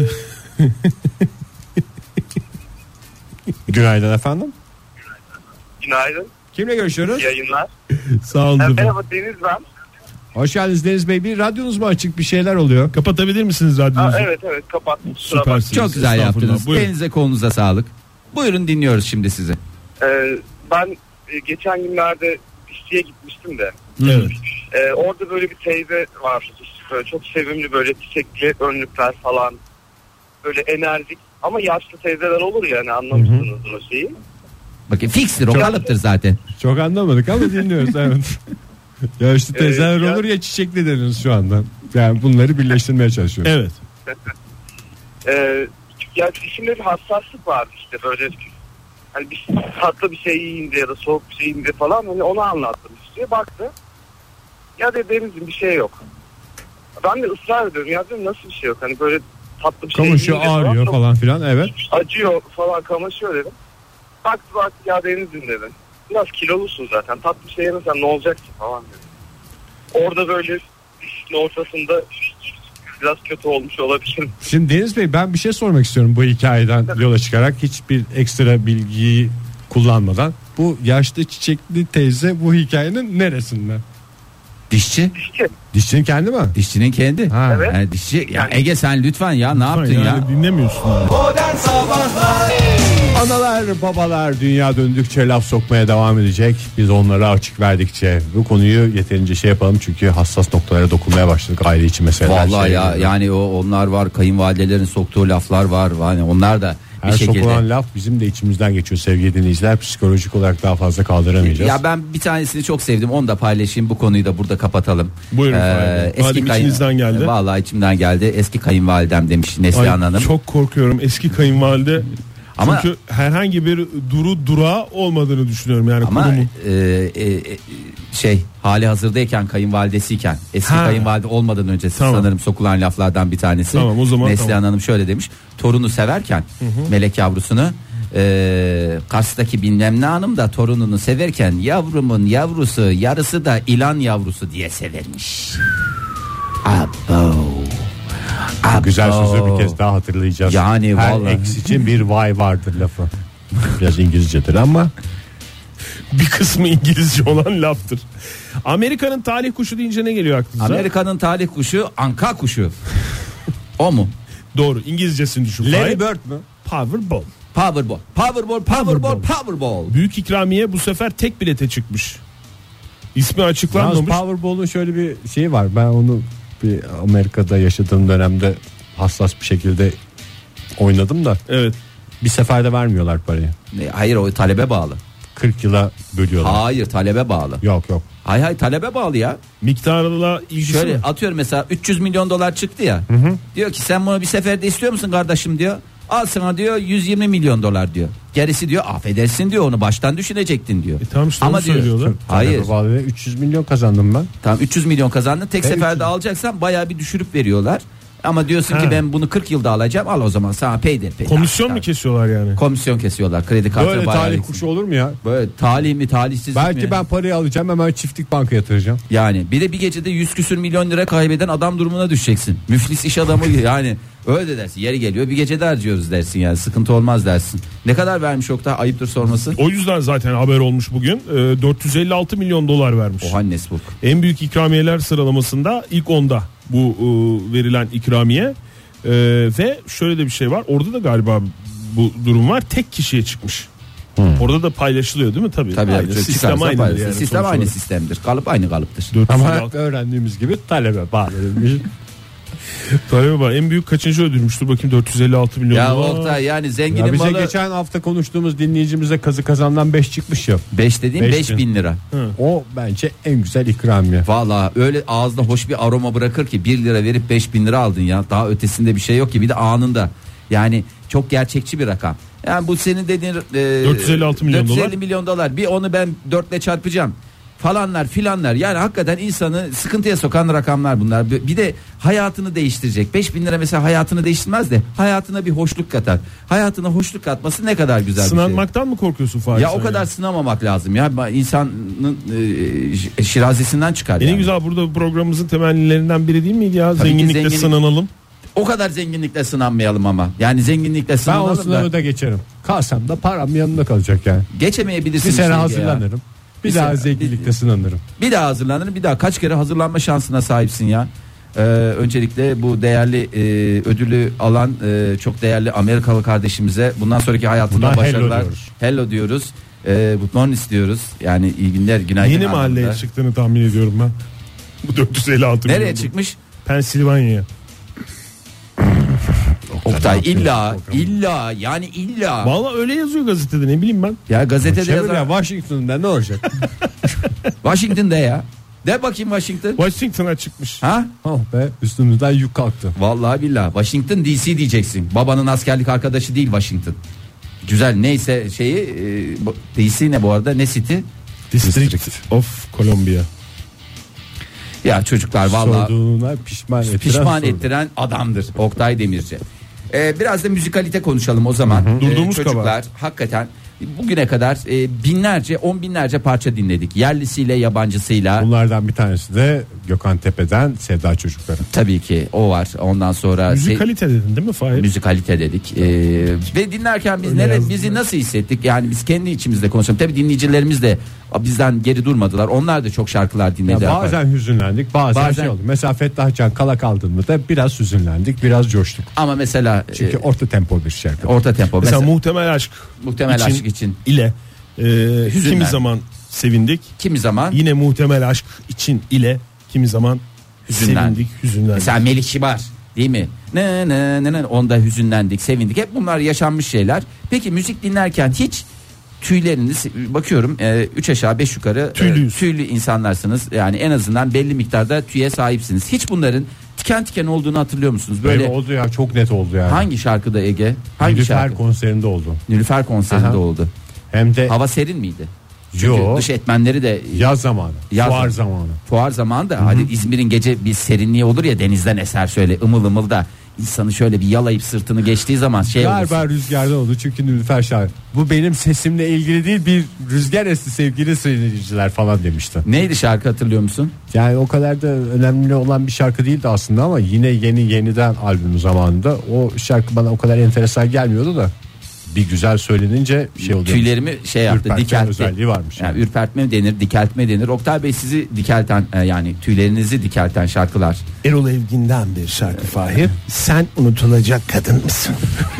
Günaydın efendim. Günaydın. Kimle görüşüyoruz? Yayınlar. Sağ olun. E, merhaba Deniz ben. Hoş geldiniz Deniz Bey. Bir radyonuz mu açık, bir şeyler oluyor? Kapatabilir misiniz radyonuzu? Aa, evet evet kapattım. Kusura bakma. Süpersiniz. Çok güzel Estağfurullah. yaptınız. Buyurun. Elinize kolunuza sağlık. Buyurun, dinliyoruz şimdi sizi. Ee, ben e, geçen günlerde dişçiye gitmiştim de. Evet. E, orada böyle bir teyze var. Böyle çok sevimli, böyle çiçekli önlükler falan. Böyle enerjik ama yaşlı teyzeler olur ya, hani anlamışsınızdır o şeyi. Bakın fikstir, o kalıptır zaten. Çok anlamadık ama dinliyoruz evet. Ya işte teyzeler Ee, ya- olur ya çiçekli dediniz şu anda. Yani bunları birleştirmeye çalışıyoruz. Evet. Ee, ya dişimde bir hassaslık vardı işte, böyle hani bir tatlı bir şey yiyince ya da soğuk bir şey yiyince falan, hani onu anlattım işte. Baktı, ya dedi Deniz'im bir şey yok. Ben de ısrar ediyorum, ya dedim nasıl bir şey yok, hani böyle tatlı bir şey Kamışıyor, yiyince ağrıyor çok falan filan, evet. acıyor falan, kamaşıyor dedim. Baktı baktı, ya Deniz'im dedi, biraz kilolusun zaten, tatlı bir şey yemesen ne olacak ki falan dedi. Orada böyle dişin ortasında biraz kötü olmuş olabilir. Şimdi Deniz Bey, ben bir şey sormak istiyorum bu hikayeden yola çıkarak, hiçbir ekstra bilgiyi kullanmadan. Bu yaşlı çiçekli teyze bu hikayenin neresinde? Dişçi. Dişçi. Dişçinin kendi mi? Dişçinin kendi. Ha. Evet. Yani dişçi. Ya Ege sen lütfen ya, ne yaptın Yani ya? dinlemiyorsun. Yani. Analar babalar dünya döndükçe laf sokmaya devam edecek. Biz onlara açık verdikçe bu konuyu yeterince şey yapalım, çünkü hassas noktalara dokunmaya başladık, aile içi meseleler. Vallahi ya, şeyler. yani o onlar var, kayınvalidelerin soktuğu laflar var. Yani onlar da bir Her şekilde. sokulan laf bizim de içimizden geçiyor sevgili dinleyiciler. Psikolojik olarak daha fazla kaldıramayacağız. Ya ben bir tanesini çok sevdim, onu da paylaşayım, bu konuyu da burada kapatalım. Buyurun Fahir Bey. Madem içinizden geldi. Vallahi içimden geldi. Eski kayınvalidem demiş Neslihan Ay, Hanım. çok korkuyorum eski kayınvalide. Ama- Çünkü herhangi bir duru durağı olmadığını düşünüyorum yani Ama kurumun. e, e, e, şey hali hazırdayken kayınvalidesiyken, eski Ha. kayınvalide olmadan önce Tamam. sanırım sokulan laflardan bir tanesi. Tamam, o zaman Neslihan tamam. Hanım şöyle demiş: torunu severken melek yavrusunu, e, Kars'taki bilmem ne hanım da torununu severken yavrumun yavrusu yarısı da ilan yavrusu diye severmiş. Abo. Bu güzel sözü Abo. bir kez daha hatırlayacağız. Yani her vallahi. eks için bir vay vardır lafı. Biraz İngilizcedir ama Bir kısmı İngilizce olan laftır. Amerika'nın talih kuşu deyince ne geliyor aklınıza? Amerika'nın talih kuşu anka kuşu. O mu? Doğru, İngilizcesini düşün. Larry Fahir. Bird mü? Powerball. Powerball. Powerball, Powerball, Powerball. Büyük ikramiye bu sefer tek bilete çıkmış. İsmi Yalnız açıklanmamış. Powerball'un şöyle bir şeyi var. Ben onu bir Amerika'da yaşadığım dönemde hassas bir şekilde oynadım da Evet. bir seferde vermiyorlar parayı. E, Hayır, o talebe bağlı. kırk yıla bölüyorlar. Hayır, talebe bağlı. Yok yok. Hay hay, talebe bağlı ya. Miktarla ilgisi Şöyle mi? atıyorum, mesela üç yüz milyon dolar çıktı ya. Diyor ki sen bunu bir seferde istiyor musun kardeşim diyor. Al sana diyor yüz yirmi milyon dolar diyor. Gerisi diyor affedersin diyor, onu baştan düşünecektin diyor. E tamam işte Ama onu diyor, söylüyorlar. hayır. Vallahi üç yüz milyon kazandım ben. Tamam, üç yüz milyon kazandın, tek Ben seferde üç yüz alacaksan bayağı bir düşürüp veriyorlar. Ama diyorsun Ha. ki ben bunu kırk yılda alacağım, al o zaman sana peyder peyder. Komisyon mu kesiyorlar yani? Komisyon kesiyorlar, kredi kartı Böyle bayağı talih yüksek. kuşu olur mu ya? Böyle talih mi talihsizlik mi? Belki ben parayı alacağım, hemen çiftlik banka yatıracağım. Yani bir de bir gecede yüz küsür milyon lira kaybeden adam durumuna düşeceksin. Müflis iş adamı yani, öyle dersin, yeri geliyor bir gecede harcıyoruz dersin, yani sıkıntı olmaz dersin. Ne kadar vermiş Oktay, ayıptır sorması? O yüzden zaten haber olmuş bugün. Ee, dört yüz elli altı milyon dolar vermiş. Johannesburg. En büyük ikramiyeler sıralamasında ilk onda bu e, verilen ikramiye. E, ve şöyle de bir şey var. Orada da galiba bu durum var. Tek kişiye çıkmış. Orada da paylaşılıyor değil mi? Tabii. Tabii Aynı. tabii, Sistem çıkarsa aynı. paylaşır. Yani Sistem sonuç aynı olarak. sistemdir. Kalıp aynı kalıptır. dört yüz elli Ama altı öğrendiğimiz gibi talebe bağlanmış. Talebe var. En büyük kaçıncı ödülmüş? Dur bakayım, dört yüz elli altı milyon Ya dolar. Oktay, yani zenginin Ya bize malı geçen hafta konuştuğumuz dinleyicimize kazı kazandan beş çıkmış ya. beş dediğim Beş beş bin. bin lira. O bence en güzel ikramiye. Valla öyle ağızda hoş bir aroma bırakır ki bir lira verip beş bin lira aldın ya. Daha ötesinde bir şey yok ki, bir de anında. Yani çok gerçekçi bir rakam. Yani bu senin dediğin e, dört yüz elli altı milyon dört yüz elli dolar. milyon dolar. Bir onu ben dörtle çarpacağım falanlar filanlar, yani hakikaten insanı sıkıntıya sokan rakamlar bunlar. Bir de hayatını değiştirecek. beş bin lira mesela hayatını değiştirmez de hayatına bir hoşluk katar. Hayatına hoşluk katması ne kadar güzel bir şey. Sınanmaktan mı korkuyorsun Fahir? Ya sen o kadar sınamamak lazım ya, insanın e, şirazesinden çıkar E ne yani. güzel, burada programımızın temellilerinden biri değil miydi ya? Tabii ki Zenginlikle zenginlik- sınanalım. O kadar zenginlikle sınanmayalım ama. Yani zenginlikle Ben sınanalım o da. sınavı da geçerim. Kalsam da param yanımda kalacak yani. Geçemeyebilirsin. Bir sene işte hazırlanırım. Bir, Bir daha sene- zenginlikte bir- sınanırım. Bir daha hazırlanırım. Bir daha kaç kere hazırlanma şansına sahipsin ya. Ee, öncelikle bu değerli e, ödülü alan e, çok değerli Amerikalı kardeşimize bundan sonraki hayatında Buna hello başarılar. diyoruz. Hello diyoruz. E, good morning istiyoruz. Yani iyi günler, günaydın. Yeni anlamında. mahalleye çıktığını tahmin ediyorum ben. Bu dört yüz elli altı Nereye milyon. çıkmış? Pensilvanya'ya. Oktay illa illa yani illa. Valla öyle yazıyor gazetede, ne bileyim ben. Ya gazetede Çevir yazar. ya, Washington'da ne olacak? Washington'da ya. De bakayım Washington. Washington'a çıkmış. Ha? Oh be, üstümüzden yük kalktı. Vallahi billahi Washington D C diyeceksin. Babanın askerlik arkadaşı değil Washington. Güzel, neyse şeyi e, bu- D C ne bu arada, ne city? District of Columbia. Ya çocuklar vallahi Sorduğuna pişman ettiren pişman sordu. ettiren adamdır Oktay Demirci. Ee, biraz da müzikalite konuşalım o zaman. Ee, Durduğumuz çocuklar kabahat. hakikaten bugüne kadar e, binlerce on binlerce parça dinledik. Yerlisiyle yabancısıyla. Bunlardan bir tanesi de Gökhan Tepe'den Sevda Çocukları. Tabii ki o var. Ondan sonra Müzikalite dedin değil mi Fahir? müzikalite dedik. Ee, ve dinlerken biz Öyle nere, yazdılar. bizi nasıl hissettik? Yani biz kendi içimizde konuşalım. Tabii dinleyicilerimiz de bizden geri durmadılar. Onlar da çok şarkılar Ya dinlediler. bazen hüzünlendik, bazen, Bazen- şey oldu. Mesela Fettah Can Kala kaldığında da biraz hüzünlendik, biraz coştuk. Ama mesela Çünkü e, orta tempo bir şarkı. orta tempo. Mesela, Mesela, muhtemel aşk muhtemel için- aşk için ile e, Hüzünlen. kimi zaman sevindik. kimi zaman Yine muhtemel aşk için ile kimi zaman Hüzünlendik. sevindik, hüzünlendik. mesela Melih Şibar değil mi? Ne ne ne ne onda hüzünlendik, sevindik. Hep bunlar yaşanmış şeyler. Peki müzik dinlerken hiç tüyleriniz, bakıyorum e, üç aşağı beş yukarı e, Tüylüyüz. tüylü insanlarsınız. Yani en azından belli miktarda tüye sahipsiniz. Hiç bunların tiken tiken olduğunu hatırlıyor musunuz? Böyle Böyle oldu ya, çok net oldu yani. hangi şarkıda Ege? Hangi Nilüfer şarkı? konserinde oldu. Nilüfer konserinde Aha. oldu. Hem de Hava serin miydi? Çünkü Yo. dış etmenleri de yaz zamanı, Yaz fuar zamanı. zamanı. fuar zamanı da hadi İzmir'in gece bir serinliği olur ya, denizden eser şöyle ımıl ımıl da insanı şöyle bir yalayıp sırtını geçtiği zaman şey olur. Galiba rüzgardan oldu çünkü Nilüfer şarkı. Bu benim sesimle ilgili değil, bir rüzgar esti sevgili seyirciler falan demişti. Neydi şarkı, hatırlıyor musun? Yani o kadar da önemli olan bir şarkı değildi aslında ama yine yeni yeniden albüm zamanında o şarkı bana o kadar enteresan gelmiyordu da bir güzel söylenince şey oluyor. Tüylerimi şey yaptı, Ürpertme dikeltti. özelliği varmış. Yani Yani. ürpertme mi denir, dikeltme denir. Oktay Bey, sizi dikelten e, yani tüylerinizi dikelten şarkılar. Erol Evgin'den bir şarkı Fahir. Sen unutulacak kadın mısın?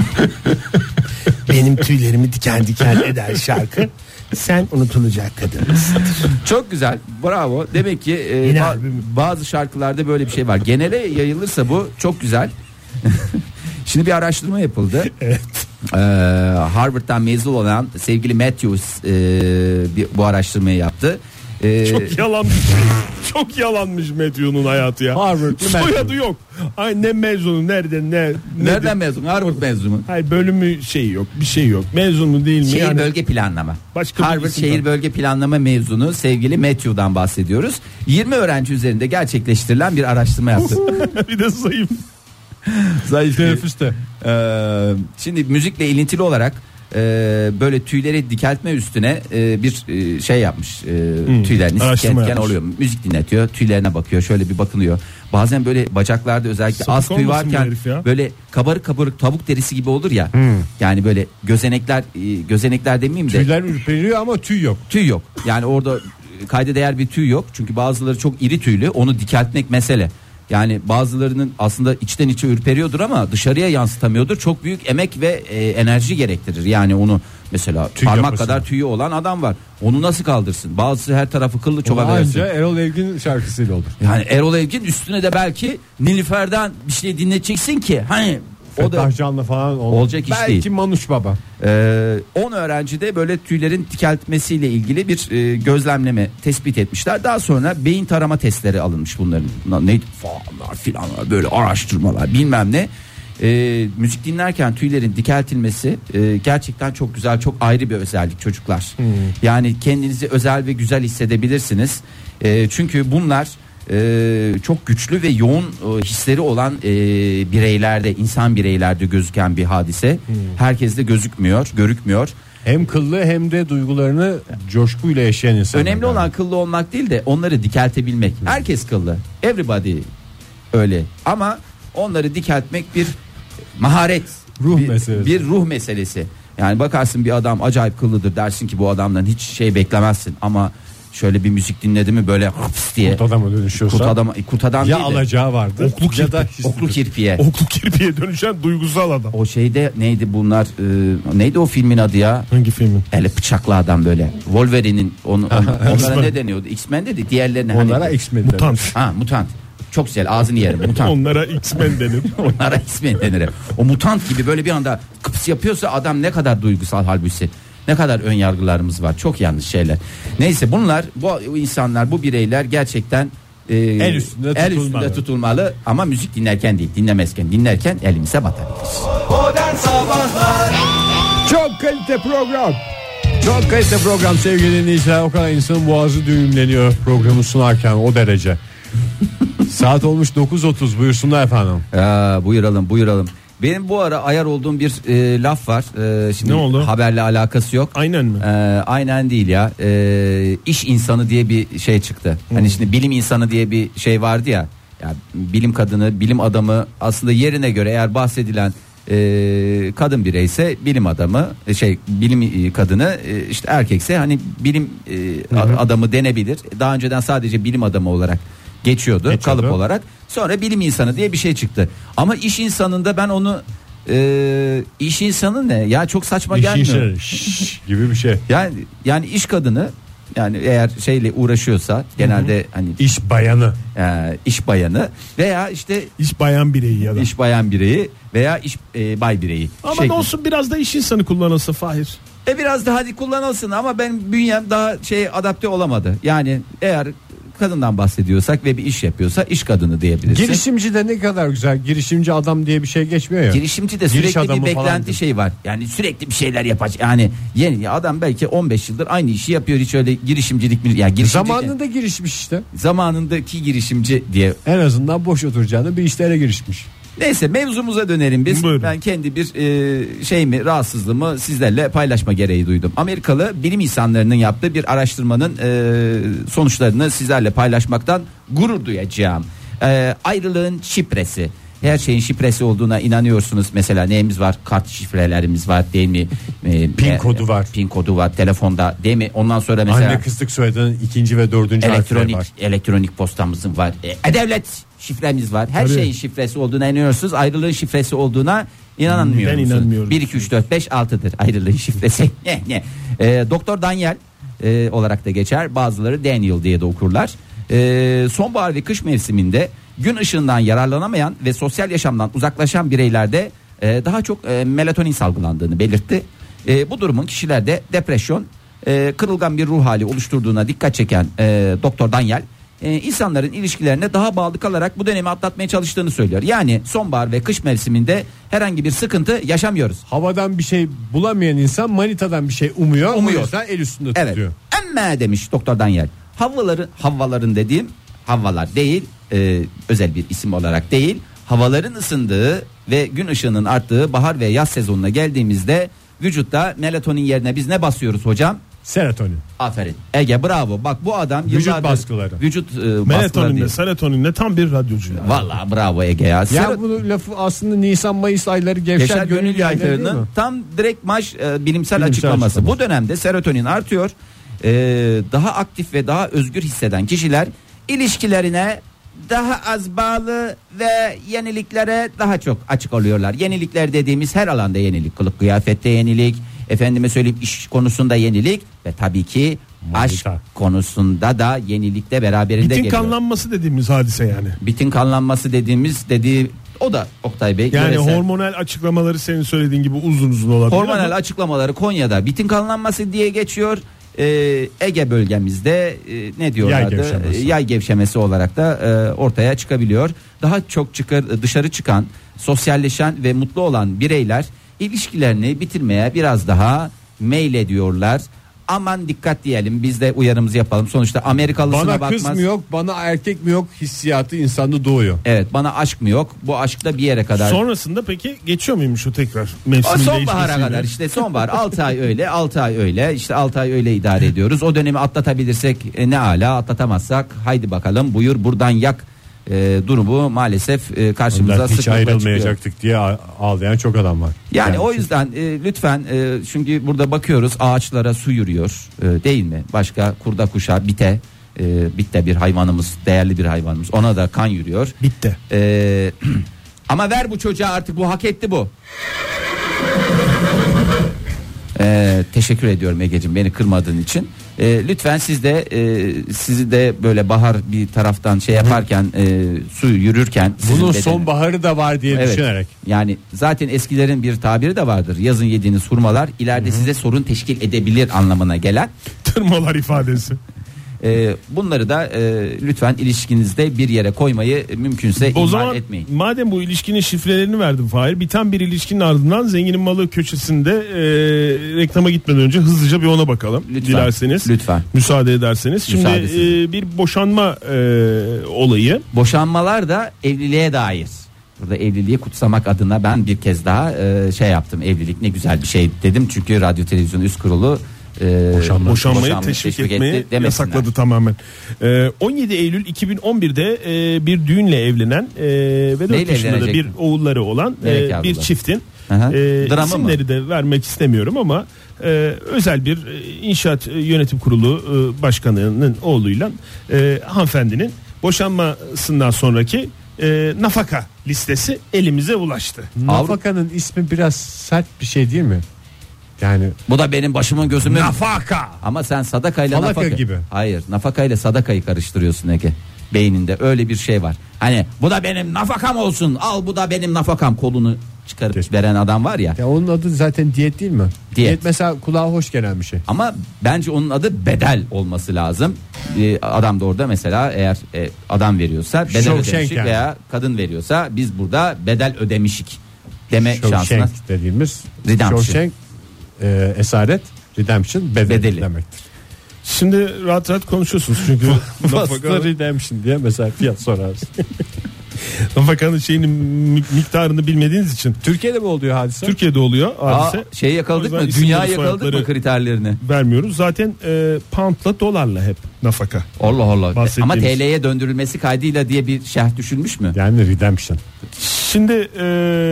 Benim tüylerimi diken diken eden şarkı. Sen unutulacak kadın mısın? Çok güzel, bravo. Demek ki e, Yine ba- albüm. bazı şarkılarda böyle bir şey var. Genele yayılırsa bu çok güzel. Şimdi bir araştırma yapıldı. Evet. Ee, Harvard'dan mezun olan sevgili Matthews e, bir, bu araştırmayı yaptı. Ee, Çok yalan. Çok yalanmış Matthew'nun hayatı ya. Harvard'lı Soyadı Matthew. yok. Ay ne mezunu, nerede, ne nereden nedir? mezun? Harvard mezunu. Hayır, bölümü şey yok, bir şey yok. Mezun mu değil mi? Şehir yani bölge planlama. Başka bir Harvard isim şehir var. bölge planlama mezunu sevgili Matthew'dan bahsediyoruz. yirmi öğrenci üzerinde gerçekleştirilen bir araştırma yaptı. bir de zayıf. Zayıf bir- Teneffüste. Ee, şimdi müzikle ilintili olarak e, böyle tüyleri dikeltme üstüne e, bir e, şey yapmış. E, Hmm, tüylerini araştırma diken diken yapmış. oluyor. Müzik dinletiyor, tüylerine bakıyor, şöyle bir bakınıyor. Bazen böyle bacaklarda özellikle Sapık az tüy olmasın bu varken herif ya. böyle kabarık kabarık tavuk derisi gibi olur ya. Yani böyle gözenekler e, gözenekler demeyeyim de Tüyler ürperiyor ama tüy yok. tüy yok. Yani orada kayda değer bir tüy yok. Çünkü bazıları çok iri tüylü. Onu dikeltmek mesele. Yani bazılarının aslında içten içe ürperiyordur ama dışarıya yansıtamıyordur. Çok büyük emek ve e, enerji gerektirir. Yani onu mesela Tüy parmak yapması. kadar tüyü olan adam var. Onu nasıl kaldırsın? Bazısı her tarafı kıllı çoba Ama versin. anca Erol Evgin şarkısıyla olur. Yani Erol Evgin üstüne de belki Nilüfer'den bir şey dinleteceksin ki hani o da Fettah Can'la falan olur. Olacak iş Belki değil. Manuş Baba. Ee, on öğrencide böyle tüylerin dikeltmesiyle ilgili bir e, gözlemleme tespit etmişler. Daha sonra beyin tarama testleri alınmış bunların. Ne falanlar filanlar böyle araştırmalar bilmem ne. Ee, müzik dinlerken tüylerin dikeltilmesi e, gerçekten çok güzel, çok ayrı bir özellik çocuklar. Yani kendinizi özel ve güzel hissedebilirsiniz. E, çünkü bunlar e, çok güçlü ve yoğun e, hisleri olan e, bireylerde, insan bireylerde gözüken bir hadise. Herkeste gözükmüyor, görükmüyor. Hem kıllı hem de duygularını coşkuyla yaşayan insan. Önemli olan kıllı olmak değil de onları dikeltebilmek. Herkes kıllı. Everybody öyle. Ama onları dikeltmek bir maharet, Ruh bir, meselesi. bir ruh meselesi. Yani bakarsın bir adam acayip kıllıdır, dersin ki bu adamdan hiç şey beklemezsin ama şöyle bir müzik dinledi mi böyle hıps diye. Kurt adama dönüşüyorsa. Kurt adam, kurt adam ya değil de, alacağı vardır Oklu ya da oklu kirpiye. Oklu kirpiye dönüşen duygusal adam. O şeyde neydi bunlar, e, neydi o filmin adı ya? Hangi filmin? Ele bıçaklı adam böyle. Wolverine'in onu, on, onlara X-Men. ne deniyordu? X-Men dedi. Diğerlerine onlara hani X-Men Mutant. ha mutant. Çok güzel, ağzını yerim. Mutant. Onlara X-Men denir. Onlara X-Men denir. O mutant gibi böyle bir anda kıps yapıyorsa adam ne kadar duygusal halbuki. Ne kadar ön yargılarımız var. Çok yanlış şeyler. Neyse bunlar, bu insanlar, bu bireyler gerçekten e, el üstünde, el tutulmalı. üstünde tutulmalı ama müzik dinlerken değil, dinlemezken, dinlerken elimize batabilir. Modern Sabahlar. Çok kalite program. Çok kalite program sevgili dinleyiciler. O kadar insanın boğazı düğümleniyor programı sunarken, o derece. Saat olmuş dokuz otuz, buyursunlar efendim. Aa, buyuralım buyuralım. Benim bu ara ayar olduğum bir e, laf var. E, şimdi Ne oldu? Haberle alakası yok. Aynen mi? E, aynen değil ya. E, iş insanı diye bir şey çıktı. Hmm. Hani şimdi bilim insanı diye bir şey vardı ya. Ya bilim kadını, bilim adamı aslında yerine göre eğer bahsedilen e, kadın bireyse bilim adamı, e, şey bilim kadını, e, işte erkekse hani bilim e, adamı denebilir. Daha önceden sadece bilim adamı olarak geçiyordu, Geçiyordu. kalıp olarak. Sonra bilim insanı diye bir şey çıktı. Ama iş insanında ben onu e, iş insanı ne? Ya çok saçma İş gelmiyor. insanı, şşş gibi bir şey. Yani yani iş kadını, yani eğer şeyle uğraşıyorsa genelde hani İş bayanı. e, iş bayanı veya işte İş bayan bireyi ya da. iş bayan bireyi veya iş e, bay bireyi. Ama şeklinde. ne olsun biraz da iş insanı kullanılsa Fahir. E biraz da hadi kullanılsın ama ben bünyem daha şey adapte olamadı. Yani eğer kadından bahsediyorsak ve bir iş yapıyorsa iş kadını diyebilirsin. Girişimci de ne kadar güzel. Girişimci adam diye bir şey geçmiyor ya. Girişimci de Giriş sürekli adamı bir falan beklenti diyor. şey var. Yani sürekli bir şeyler yapacak. Yani yeni adam belki on beş yıldır aynı işi yapıyor. Hiç öyle girişimcilik mi? Yani girişimci, Zamanında girişmiş işte. zamanındaki girişimci diye. En azından boş oturacağını bir işlere girişmiş. Neyse mevzumuza dönelim biz. Buyurun. Ben kendi bir e, şeyimi, rahatsızlığımı sizlerle paylaşma gereği duydum. Amerikalı bilim insanlarının yaptığı bir araştırmanın e, sonuçlarını sizlerle paylaşmaktan gurur duyacağım. E, ayrılığın şifresi. Her şeyin şifresi olduğuna inanıyorsunuz. Mesela neyimiz var? Kart şifrelerimiz var değil mi? E, Pin e, kodu var. Pin kodu var telefonda değil mi? Ondan sonra mesela Anne kıstık soyadının ikinci ve dördüncü harfleri elektronik var. elektronik postamızın var. E, devlet şifremiz var. Her Tabii. şeyin şifresi olduğuna inanıyorsunuz. Ayrılığın şifresi olduğuna inanmıyor Ben musunuz? inanmıyorum. bir iki üç dört beş altıdır ayrılığın şifresi. ne ne. E, Doktor Daniel e, olarak da geçer. Bazıları Daniel diye de okurlar. E, sonbahar ve kış mevsiminde gün ışığından yararlanamayan ve sosyal yaşamdan uzaklaşan bireylerde e, daha çok e, melatonin salgılandığını belirtti. E, bu durumun kişilerde depresyon, e, kırılgan bir ruh hali oluşturduğuna dikkat çeken e, Doktor Daniel e, insanların ilişkilerine daha bağlı kalarak bu dönemi atlatmaya çalıştığını söylüyor. Yani sonbahar ve kış mevsiminde herhangi bir sıkıntı yaşamıyoruz. Havadan bir şey bulamayan insan manitadan bir şey umuyor. Umuyor. O yüzden el üstünde Evet. tutuyor. Emme demiş Doktor Daniel. Havvaların, havvaların dediğim havvalar değil, e, özel bir isim olarak değil. Havaların ısındığı ve gün ışığının arttığı bahar ve yaz sezonuna geldiğimizde vücutta melatonin yerine biz ne basıyoruz hocam? Serotonin. Aferin. Ege bravo. Bak bu adam Vücut yıllardır- baskıları. Vücut e, baskıları Melatoninle, değil. seratoninle tam bir radyocu ya. Vallahi bravo Ege ya. Ya Sero- bu lafı aslında Nisan Mayıs ayları gevşer, Yaşar gönül yaylarının değil mi? tam direkt maç e, bilimsel, açıklaması. açıklaması. Bu dönemde serotonin artıyor. E, daha aktif ve daha özgür hisseden kişiler ilişkilerine daha az bağlı ve yeniliklere daha çok açık oluyorlar. Yenilikler dediğimiz her alanda yenilik. Kılık kıyafette yenilik, efendime söyleyeyim iş konusunda yenilik ve tabii ki aşk Manita. konusunda da yenilikte beraberinde Bitin geliyor. kanlanması dediğimiz hadise yani. Bitin kanlanması dediğimiz dediği o da Oktay Bey. Yani yöresel- hormonal açıklamaları senin söylediğin gibi uzun uzun olabilir. Hormonal ama açıklamaları Konya'da bitin kanlanması diye geçiyor. Ee, Ege bölgemizde e, ne diyorlardı? Yay gevşemesi. E, Yay gevşemesi olarak da e, ortaya çıkabiliyor. Daha çok çıkar dışarı çıkan, sosyalleşen ve mutlu olan bireyler ilişkilerini bitirmeye biraz daha meylediyorlar. Aman dikkat diyelim, biz de uyarımızı yapalım. Sonuçta Amerikalısına Bana bakmaz. kız mı yok, bana erkek mi yok hissiyatı insanda doğuyor. Evet, bana aşk mı yok? Bu aşk da bir yere kadar. sonrasında peki geçiyor muymuş o tekrar O mevsimin sonbahara değişmesiyle? kadar işte sonbahar altı ay öyle altı ay öyle işte altı ay öyle idare ediyoruz. O dönemi atlatabilirsek e, ne ala, atlatamazsak haydi bakalım buyur buradan yak e, durumu maalesef e, karşımıza Hiç sıklıkla çıkıyor. ayrılmayacaktık diye ağlayan çok adam var. Yani, Yani o yüzden e, lütfen e, çünkü burada bakıyoruz ağaçlara su yürüyor e, değil mi? Başka kurda kuşa bite e, bitte bir hayvanımız, değerli bir hayvanımız, ona da kan yürüyor. Bitti. E, ama ver bu çocuğa artık, bu hak etti bu. E, teşekkür ediyorum Egeciğim beni kırmadığın için. E, lütfen siz de e, sizi de böyle bahar bir taraftan şey yaparken e, su yürürken bunun bedeni, sonbaharı da var diye evet, düşünerek. Yani zaten eskilerin bir tabiri de vardır. Yazın yediğiniz hurmalar ileride Hı-hı. size sorun teşkil edebilir anlamına gelen tırmalar ifadesi. E, bunları da e, lütfen ilişkinizde bir yere koymayı mümkünse o ihmal zaman, etmeyin. Madem bu ilişkinin şifrelerini verdim Fahir, biten bir ilişkinin ardından Zenginin Malı köşesinde e, reklama gitmeden önce hızlıca bir ona bakalım. Lütfen, dilerseniz. Lütfen. Müsaade ederseniz. Şimdi e, bir boşanma e, olayı. Boşanmalar da evliliğe dair. Burada evliliği kutsamak adına ben bir kez daha e, şey yaptım. Evlilik ne güzel bir şey dedim. Çünkü Radyo Televizyon Üst Kurulu e, Boşanma, boşanmayı teşvik, teşvik etmeyi yasakladı tamamen. E, on yedi Eylül iki bin on birde e, bir düğünle evlenen e, ve dört yaşında da bir oğulları olan e, bir çiftin e, isimleri de vermek istemiyorum ama e, özel bir e, inşaat yönetim kurulu e, başkanının oğluyla e, hanımefendinin boşanmasından sonraki e, nafaka listesi elimize ulaştı. Nafakanın ismi biraz sert bir şey değil mi? Yani bu da benim başımın gözümün nafaka. Ama sen sadakayla Falaka nafaka gibi. Hayır, nafakayla sadakayı karıştırıyorsun Ege. Beyninde öyle bir şey var. Hani bu da benim nafakam olsun. Al bu da benim nafakam, kolunu çıkarıp Kesin. veren adam var ya. Ya onun adı zaten diyet değil mi? Diyet. Diyet mesela kulağa hoş gelen bir şey. Ama bence onun adı bedel olması lazım. Ee, adam da orada mesela eğer e, adam veriyorsa bedel Shawshank ödemişik yani. veya kadın veriyorsa biz burada bedel ödemişik deme Shawshank şansına. dediğimiz Redemption. Shawshank e, esaret, redemption bedeli, bedeli demektir. Şimdi rahat rahat konuşuyorsunuz çünkü nafaka redemption diye mesela fiyat sorarsın. Nafakanın şeyinin miktarını bilmediğiniz için. Türkiye'de mi oluyor hadise? Türkiye'de oluyor hadise. Aa, şeyi yakaladık mı? Dünya yakaladık mı kriterlerini? Vermiyoruz. Zaten e, poundla dolarla hep nafaka. Allah Allah. Ama T L'ye döndürülmesi kaydıyla diye bir şerh düşünmüş mü? Yani redemption. Şimdi e,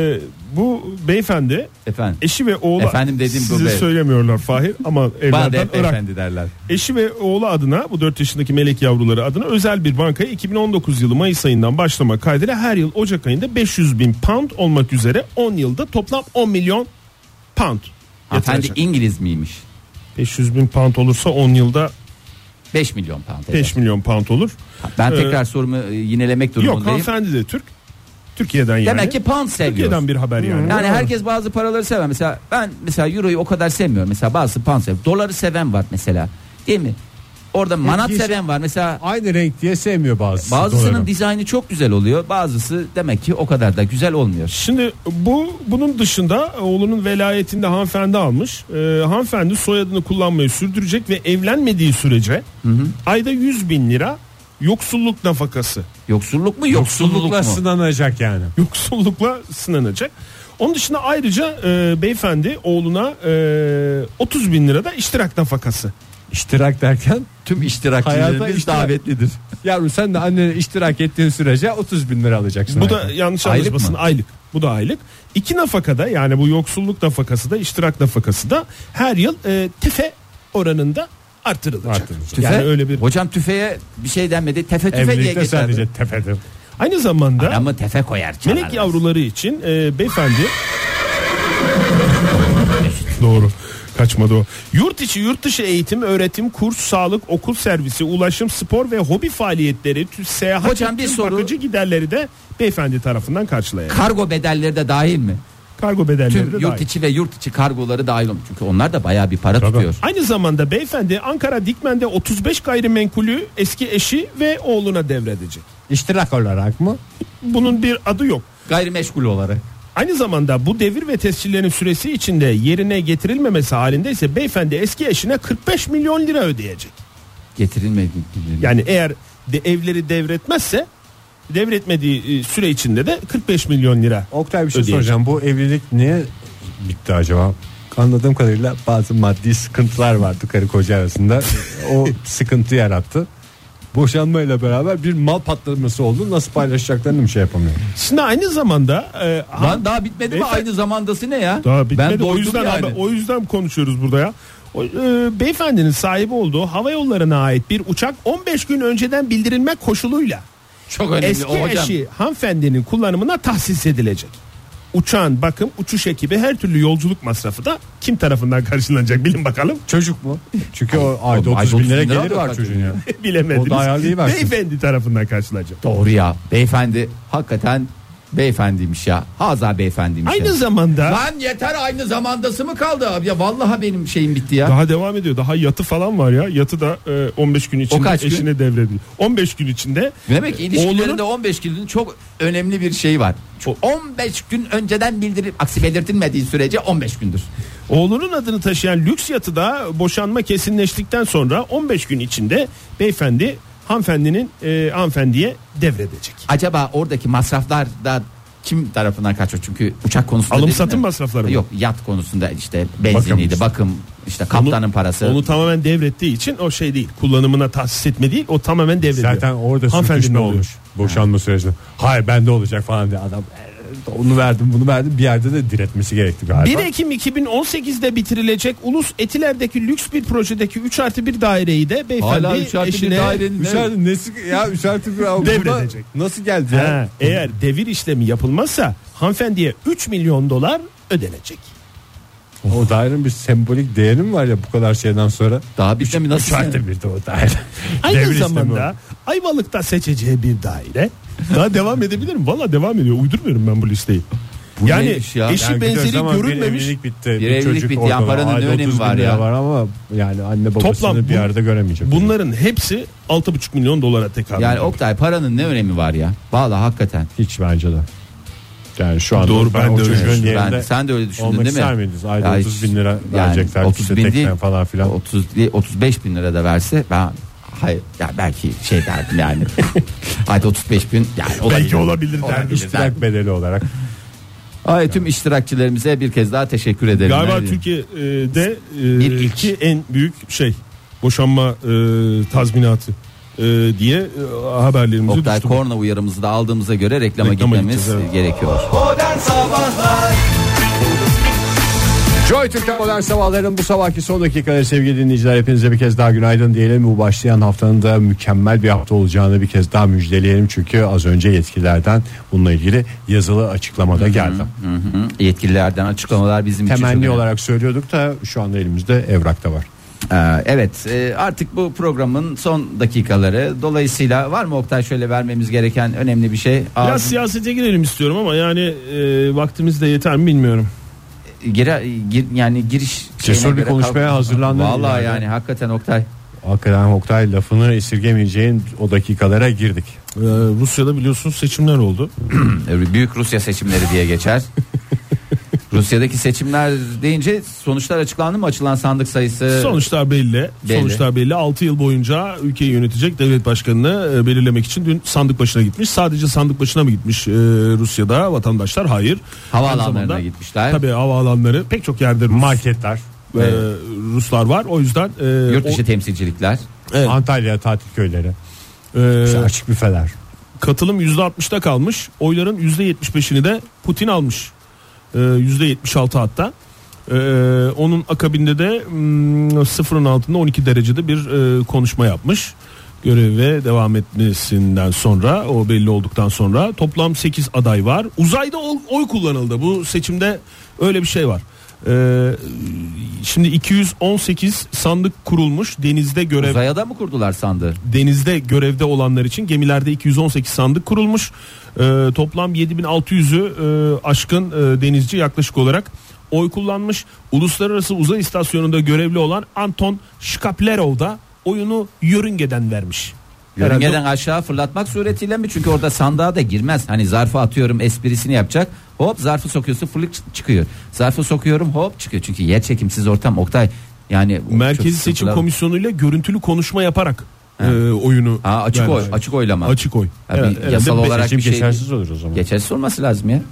bu beyefendi efendim eşi ve oğlu efendim dediğim size söylemiyorlar Fahir ama evlerden efendi derler. Eşi ve oğlu adına, bu dört yaşındaki melek yavruları adına özel bir bankaya iki bin on dokuz yılı Mayıs ayından başlama kaydıyla her yıl Ocak ayında beş yüz bin pound olmak üzere on yılda toplam on milyon pound. Hanımefendi İngiliz miymiş? beş yüz bin pound olursa on yılda beş milyon pound. beş milyon pound olur. Ben tekrar ee, sorumu yinelemek durumundayım. Yok, hanımefendi de Türk. Türkiye'den yani. Demek ki pound seviyor. Türkiye'den bir haber yani. Yani herkes bazı paraları sever. Mesela ben mesela euroyu o kadar sevmiyorum. Mesela bazı pound seviyor. Doları seven var mesela. Değil mi? Orada manat Hiç seven var. Mesela aynı renk diye sevmiyor bazısı. Bazısının doları. dizaynı çok güzel oluyor. Bazısı demek ki o kadar da güzel olmuyor. Şimdi bu bunun dışında oğlunun velayetinde hanımefendi almış. Ee, hanımefendi soyadını kullanmayı sürdürecek ve evlenmediği sürece hı hı. ayda yüz bin lira yoksulluk nafakası. Yoksulluk mu? Yoksulluk Yoksullukla mu? sınanacak yani. Yoksullukla sınanacak. Onun dışında ayrıca e, beyefendi oğluna e, otuz bin lira da iştirak nafakası. İştirak derken tüm iştirakçilerimiz davetlidir. Yavrum sen de annene iştirak ettiğin sürece otuz bin lira alacaksın. Bu da yanlış anlaşılmasın, aylık. Bu da aylık. İki nafakada, yani bu yoksulluk nafakası da iştirak nafakası da her yıl e, tefe oranında artırılacak. artırılacak. Tüfe, yani öyle bir. Hocam tüfeye bir şey denmedi. Tefe tüfe Evlilikte diye geçerdi. sadece tefedir. Aynı zamanda adamı tefe koyar. Çalarlar. Melek yavruları için e, beyefendi doğru. Kaçmadı o. Yurt içi yurt dışı eğitim, öğretim, kurs, sağlık, okul servisi, ulaşım, spor ve hobi faaliyetleri, seyahat, hocam bir soru, bakıcı giderleri de beyefendi tarafından karşılayacak. Kargo bedelleri de dahil mi? Kargo bedelleri Tüm de yurt dahil. içi ve yurt içi kargoları dahil olmuş. Çünkü onlar da bayağı bir para Tabii. tutuyor. Aynı zamanda beyefendi Ankara Dikmen'de otuz beş gayrimenkulü eski eşi ve oğluna devredecek. İştirak olarak mı? Bunun bir adı yok. Gayrimeşgul olarak. Aynı zamanda bu devir ve tescillerin süresi içinde yerine getirilmemesi halinde ise beyefendi eski eşine kırk beş milyon lira ödeyecek. Getirilmedi. Yani eğer de evleri devretmezse, devretmediği süre içinde de kırk beş milyon lira Oktay bir şey ödeyecek. soracağım. Bu evlilik niye bitti acaba? Anladığım kadarıyla bazı maddi sıkıntılar vardı karı koca arasında. O sıkıntı yarattı. boşanmayla beraber bir mal patlaması oldu. Nasıl paylaşacaklarını mı şey yapamıyorum. Şimdi aynı zamanda e, Lan daha bitmedi mi? Beyefendi- Aynı zamandası ne ya? daha bitmedi. Ben O doydum yüzden yani. abi, o yüzden konuşuyoruz burada ya. O, e, beyefendinin sahibi olduğu hava yollarına ait bir uçak on beş gün önceden bildirilmek koşuluyla Çok önemli eski o hocam. eşi hanımefendinin kullanımına tahsis edilecek. Uçağın bakım, uçuş ekibi, her türlü yolculuk masrafı da kim tarafından karşılanacak bilin bakalım. Çocuk mu? Çünkü o ayda Oğlum, otuz ayda bin lira otuz bin lira geliri var var çocuğun ya. Bilemediniz. O da ayarlayıversin. Beyefendi tarafından karşılanacak. Doğru ya. Beyefendi hakikaten beyefendiymiş ya. Haza beyefendiymiş. Aynı ya. zamanda Lan yeter, aynı zamandası mı kaldı abi ya? Vallahi benim şeyim bitti ya. daha devam ediyor. Daha yatı falan var ya. Yatı da e, on beş gün içinde kaç gün? eşine devrediyor. on beş gün içinde Demek ki ilişkilerinde oğlunun- on beş günün çok önemli bir şey var. O- on beş gün önceden bildirip aksi belirtilmediği sürece on beş gündür. oğlunun adını taşıyan lüks yatı da boşanma kesinleştikten sonra on beş gün içinde beyefendi hanımefendinin e, hanımefendiye devredecek. Acaba oradaki masraflar da kim tarafından kaçıyor? Çünkü uçak konusunda Alım dedin satım mi? masrafları mı? Yok, yat konusunda işte benziniydi, bakım, işte kaptanın Onu- parası. Onu tamamen devrettiği için o şey değil. Kullanımına tahsis etme değil. O tamamen devrediyor. Zaten orada Hanımefendinin sürtüşme oluyor. olmuş. Boşanma sürecinde. Hayır bende olacak falan diye adam. "E, Onu verdim bunu verdim, bir yerde de diretmesi gerekti galiba. bir Ekim iki bin on sekizde bitirilecek Ulus Etiler'deki lüks bir projedeki üç artı bir daireyi de beyefendi Hala üç artı bir eşine dairenin Üç artı- nesi ya üç artı bir abi, Devredecek. burada nasıl geldi ya? Ha, eğer devir işlemi yapılmazsa hanımefendiye üç milyon dolar ödenecek. O dairenin bir sembolik değeri mi var ya bu kadar şeyden sonra? Daha bir mi nasıl? Üç artı bir de o daire. Aynı Devir işlemi zamanda Ayvalık'ta seçeceği bir daire. Daha devam edebilirim. Valla devam ediyor. Uydurmuyorum ben bu listeyi. Bu yani neymiş ya? eşi Yani benzeri gidiyoruz ama bir görülmemiş. evlilik bitti. Bir Bir, evlilik çocuk bitti. ortada. Yani paranın Ayda ne önemi otuz bin var lira ya? var ama yani anne babasını Toplam bir bu- yerde göremeyecek. Bunların hepsi altı buçuk milyon dolara tekabül Yani ediyor. Oktay, paranın ne önemi var ya? Vallahi hakikaten. Hiç bence de. Yani şu anda Doğru, ben, ben o de öyle çocuğun düşünüyorum. yerinde Ben, sen de öyle düşündün olmak değil mi? ister miydiniz? Ayda Ya otuz hiç- bin lira verecekler. otuz İşte bin teknen değil, falan filan. otuz değil, otuz beş bin lira da verse ben hayır ya belki şey derdim yani. Ayda otuz beş bin yani olabilir. Belki olabilir derdim. Olabilir derdim. İştirak bedeli olarak. Ay, tüm iştirakçilerimize bir kez daha teşekkür ederim. Galiba Yani. Türkiye'de e, Bir ilk. iki en büyük şey boşanma e, tazminatı e, diye e, haberlerimizi Oktay, düştü. korna uyarımızı da aldığımıza göre reklama, Reklama gitmemiz gideceğiz, evet. gerekiyor. Joy Türk'te modern sabahların bu sabahki son dakikaları sevgili dinleyiciler, hepinize bir kez daha günaydın diyelim. Bu başlayan haftanın da mükemmel bir hafta olacağını bir kez daha müjdeleyelim. Çünkü az önce yetkililerden bununla ilgili yazılı açıklamada geldi. Hı hı. Yetkililerden açıklamalar bizim için çok Temenni önemli. olarak söylüyorduk da şu anda elimizde evrakta var. Ee, evet, e, artık bu programın son dakikaları. Dolayısıyla var mı Oktay şöyle vermemiz gereken önemli bir şey? Biraz Ağzın- siyasete girelim istiyorum ama yani e, vaktimiz de yeter mi bilmiyorum. Gire, gir, yani giriş Cesur şeyine bir göre konuşmaya kalk- hazırlandın Vallahi yani. yani hakikaten Oktay. Hakikaten Oktay, lafını esirgemeyeceğin o dakikalara girdik. E, Rusya'da biliyorsunuz seçimler oldu. Büyük Rusya seçimleri diye geçer. Rusya'daki seçimler deyince sonuçlar açıklandı mı? Açılan sandık sayısı. Sonuçlar belli. Belli. Sonuçlar belli. altı yıl boyunca ülkeyi yönetecek devlet başkanını e, belirlemek için dün sandık başına gitmiş. Sadece sandık başına mı gitmiş e, Rusya'da vatandaşlar? Hayır. Aynı Havaalanlarına zamanda- gitmişler. Tabii havaalanları pek çok yerde Rus, Marketler, e, Ruslar var. O yüzden e, Yurt dışı o- temsilcilikler. evet, Antalya tatil köyleri, e, işte açık büfeler. katılım yüzde altmışta kalmış. Oyların yüzde yetmiş beşini de Putin almış. Ee, yüzde yetmiş altı hatta. Ee, onun akabinde de hmm, sıfırın altında on iki derecede bir e, konuşma yapmış. Göreve devam etmesinden sonra, o belli olduktan sonra toplam sekiz aday var. Uzayda oy, oy kullanıldı. Bu seçimde öyle bir şey var. Ee, şimdi iki yüz on sekiz sandık kurulmuş denizde görev Uzaya da mı kurdular sandığı? denizde görevde olanlar için gemilerde iki yüz on sekiz sandık kurulmuş. Ee, toplam yedi bin altı yüzü e, aşkın e, denizci yaklaşık olarak oy kullanmış. Uluslararası Uzay İstasyonu'nda görevli olan Anton Shkaplerov da oyunu yörüngeden vermiş. Yörüngeden Herhalde- aşağı fırlatmak suretiyle mi? Çünkü orada sandığa da girmez. Hani zarfı atıyorum esprisini yapacak. Hop zarfı sokuyorsun fırlık çıkıyor. Zarfı sokuyorum hop çıkıyor. Çünkü yer çekimsiz ortam Oktay. Yani Merkezi çok Seçim sıkıntılı. Komisyonu ile görüntülü konuşma yaparak e, oyunu Ha, açık vermiş. oy, açık oylama. Açık oy. Ha, bir Evet, evet. yasal Be- olarak Seçim bir şey geçersiz olur o zaman. geçersiz olması lazım ya.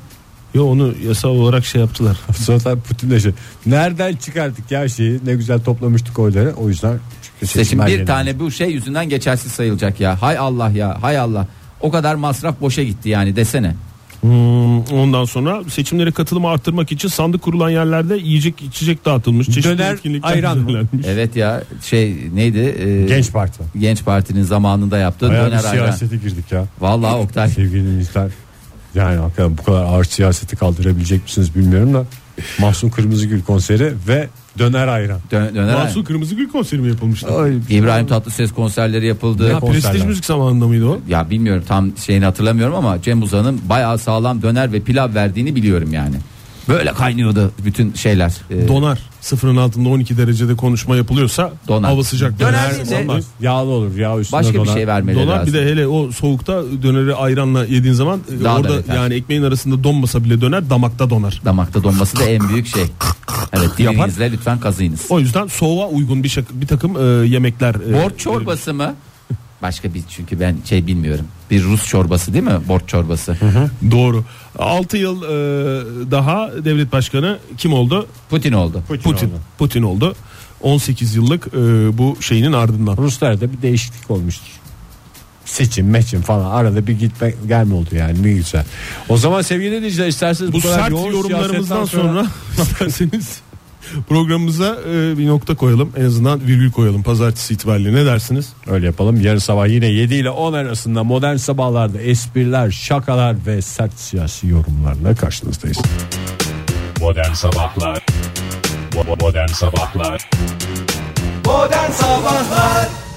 Yo, onu yasal olarak şey yaptılar. Sonra Putin'le şey. Nereden çıkarttık ya şeyi? Ne güzel toplamıştık oyları. O yüzden seçim bir yeniden. Tane bu şey yüzünden geçersiz sayılacak ya. Hay Allah ya, hay Allah. O kadar masraf boşa gitti yani desene. Hmm, ondan sonra seçimlere katılımı arttırmak için sandık kurulan yerlerde yiyecek içecek dağıtılmış. Döner, ayran mı? Evet ya, şey neydi? E, Genç Parti. Genç Parti'nin zamanında yaptığı bayağı döner ayran. Siyasete girdik ya. Vallahi Oktay. Sevgili dinleyiciler. Yani hakikaten bu kadar ağır siyaseti kaldırabilecek misiniz bilmiyorum da. Mahsun Kırmızıgül konseri ve döner ayran. Dö- döner Mahsun Kırmızıgül konseri mi yapılmıştı? Ay, İbrahim Tatlıses konserleri yapıldı. Ya Prestij Müzik zamanında mıydı o? Ya bilmiyorum, tam şeyini hatırlamıyorum ama Cem Uzan'ın bayağı sağlam döner ve pilav verdiğini biliyorum yani. Böyle kaynıyordu bütün şeyler. Ee, Donar. Sıfırın altında on iki derecede konuşma yapılıyorsa donar. Hava sıcak. Döner Döner, de yağlı olur. Yağ üstüne başka donar. bir şey vermeleri donar lazım. bir de hele o soğukta döneri ayranla yediğin zaman Daha orada yani ekmeğin arasında donmasa bile döner, damakta donar. Damakta donması da en büyük şey. Evet, dilinizle lütfen kazıyınız. O yüzden soğuğa uygun bir, şak- bir takım e, yemekler. E, Borç çorbası mı? Başka bir, çünkü ben şey bilmiyorum. Bir Rus çorbası değil mi? Borç çorbası. Hı hı. Doğru. altı yıl e, daha devlet başkanı kim oldu? Putin oldu. Putin, Putin. oldu. Putin oldu. on sekiz yıllık e, bu şeyinin ardından. Ruslar'da bir değişiklik olmuştur. Seçim meçim falan arada bir gitme gelme oldu yani, ne güzel. O zaman sevgili dinleyiciler, isterseniz Bu, bu kadar sert yoğun yorumlarımızdan siyasetten sonra isterseniz programımıza e, bir nokta koyalım. En azından virgül koyalım pazartesi itibariyle. Ne dersiniz? öyle yapalım. Yarın sabah yine yedi ile on arasında modern sabahlarda espriler, şakalar ve sert siyasi yorumlarla karşınızdayız. Modern Sabahlar Modern Sabahlar Modern Sabahlar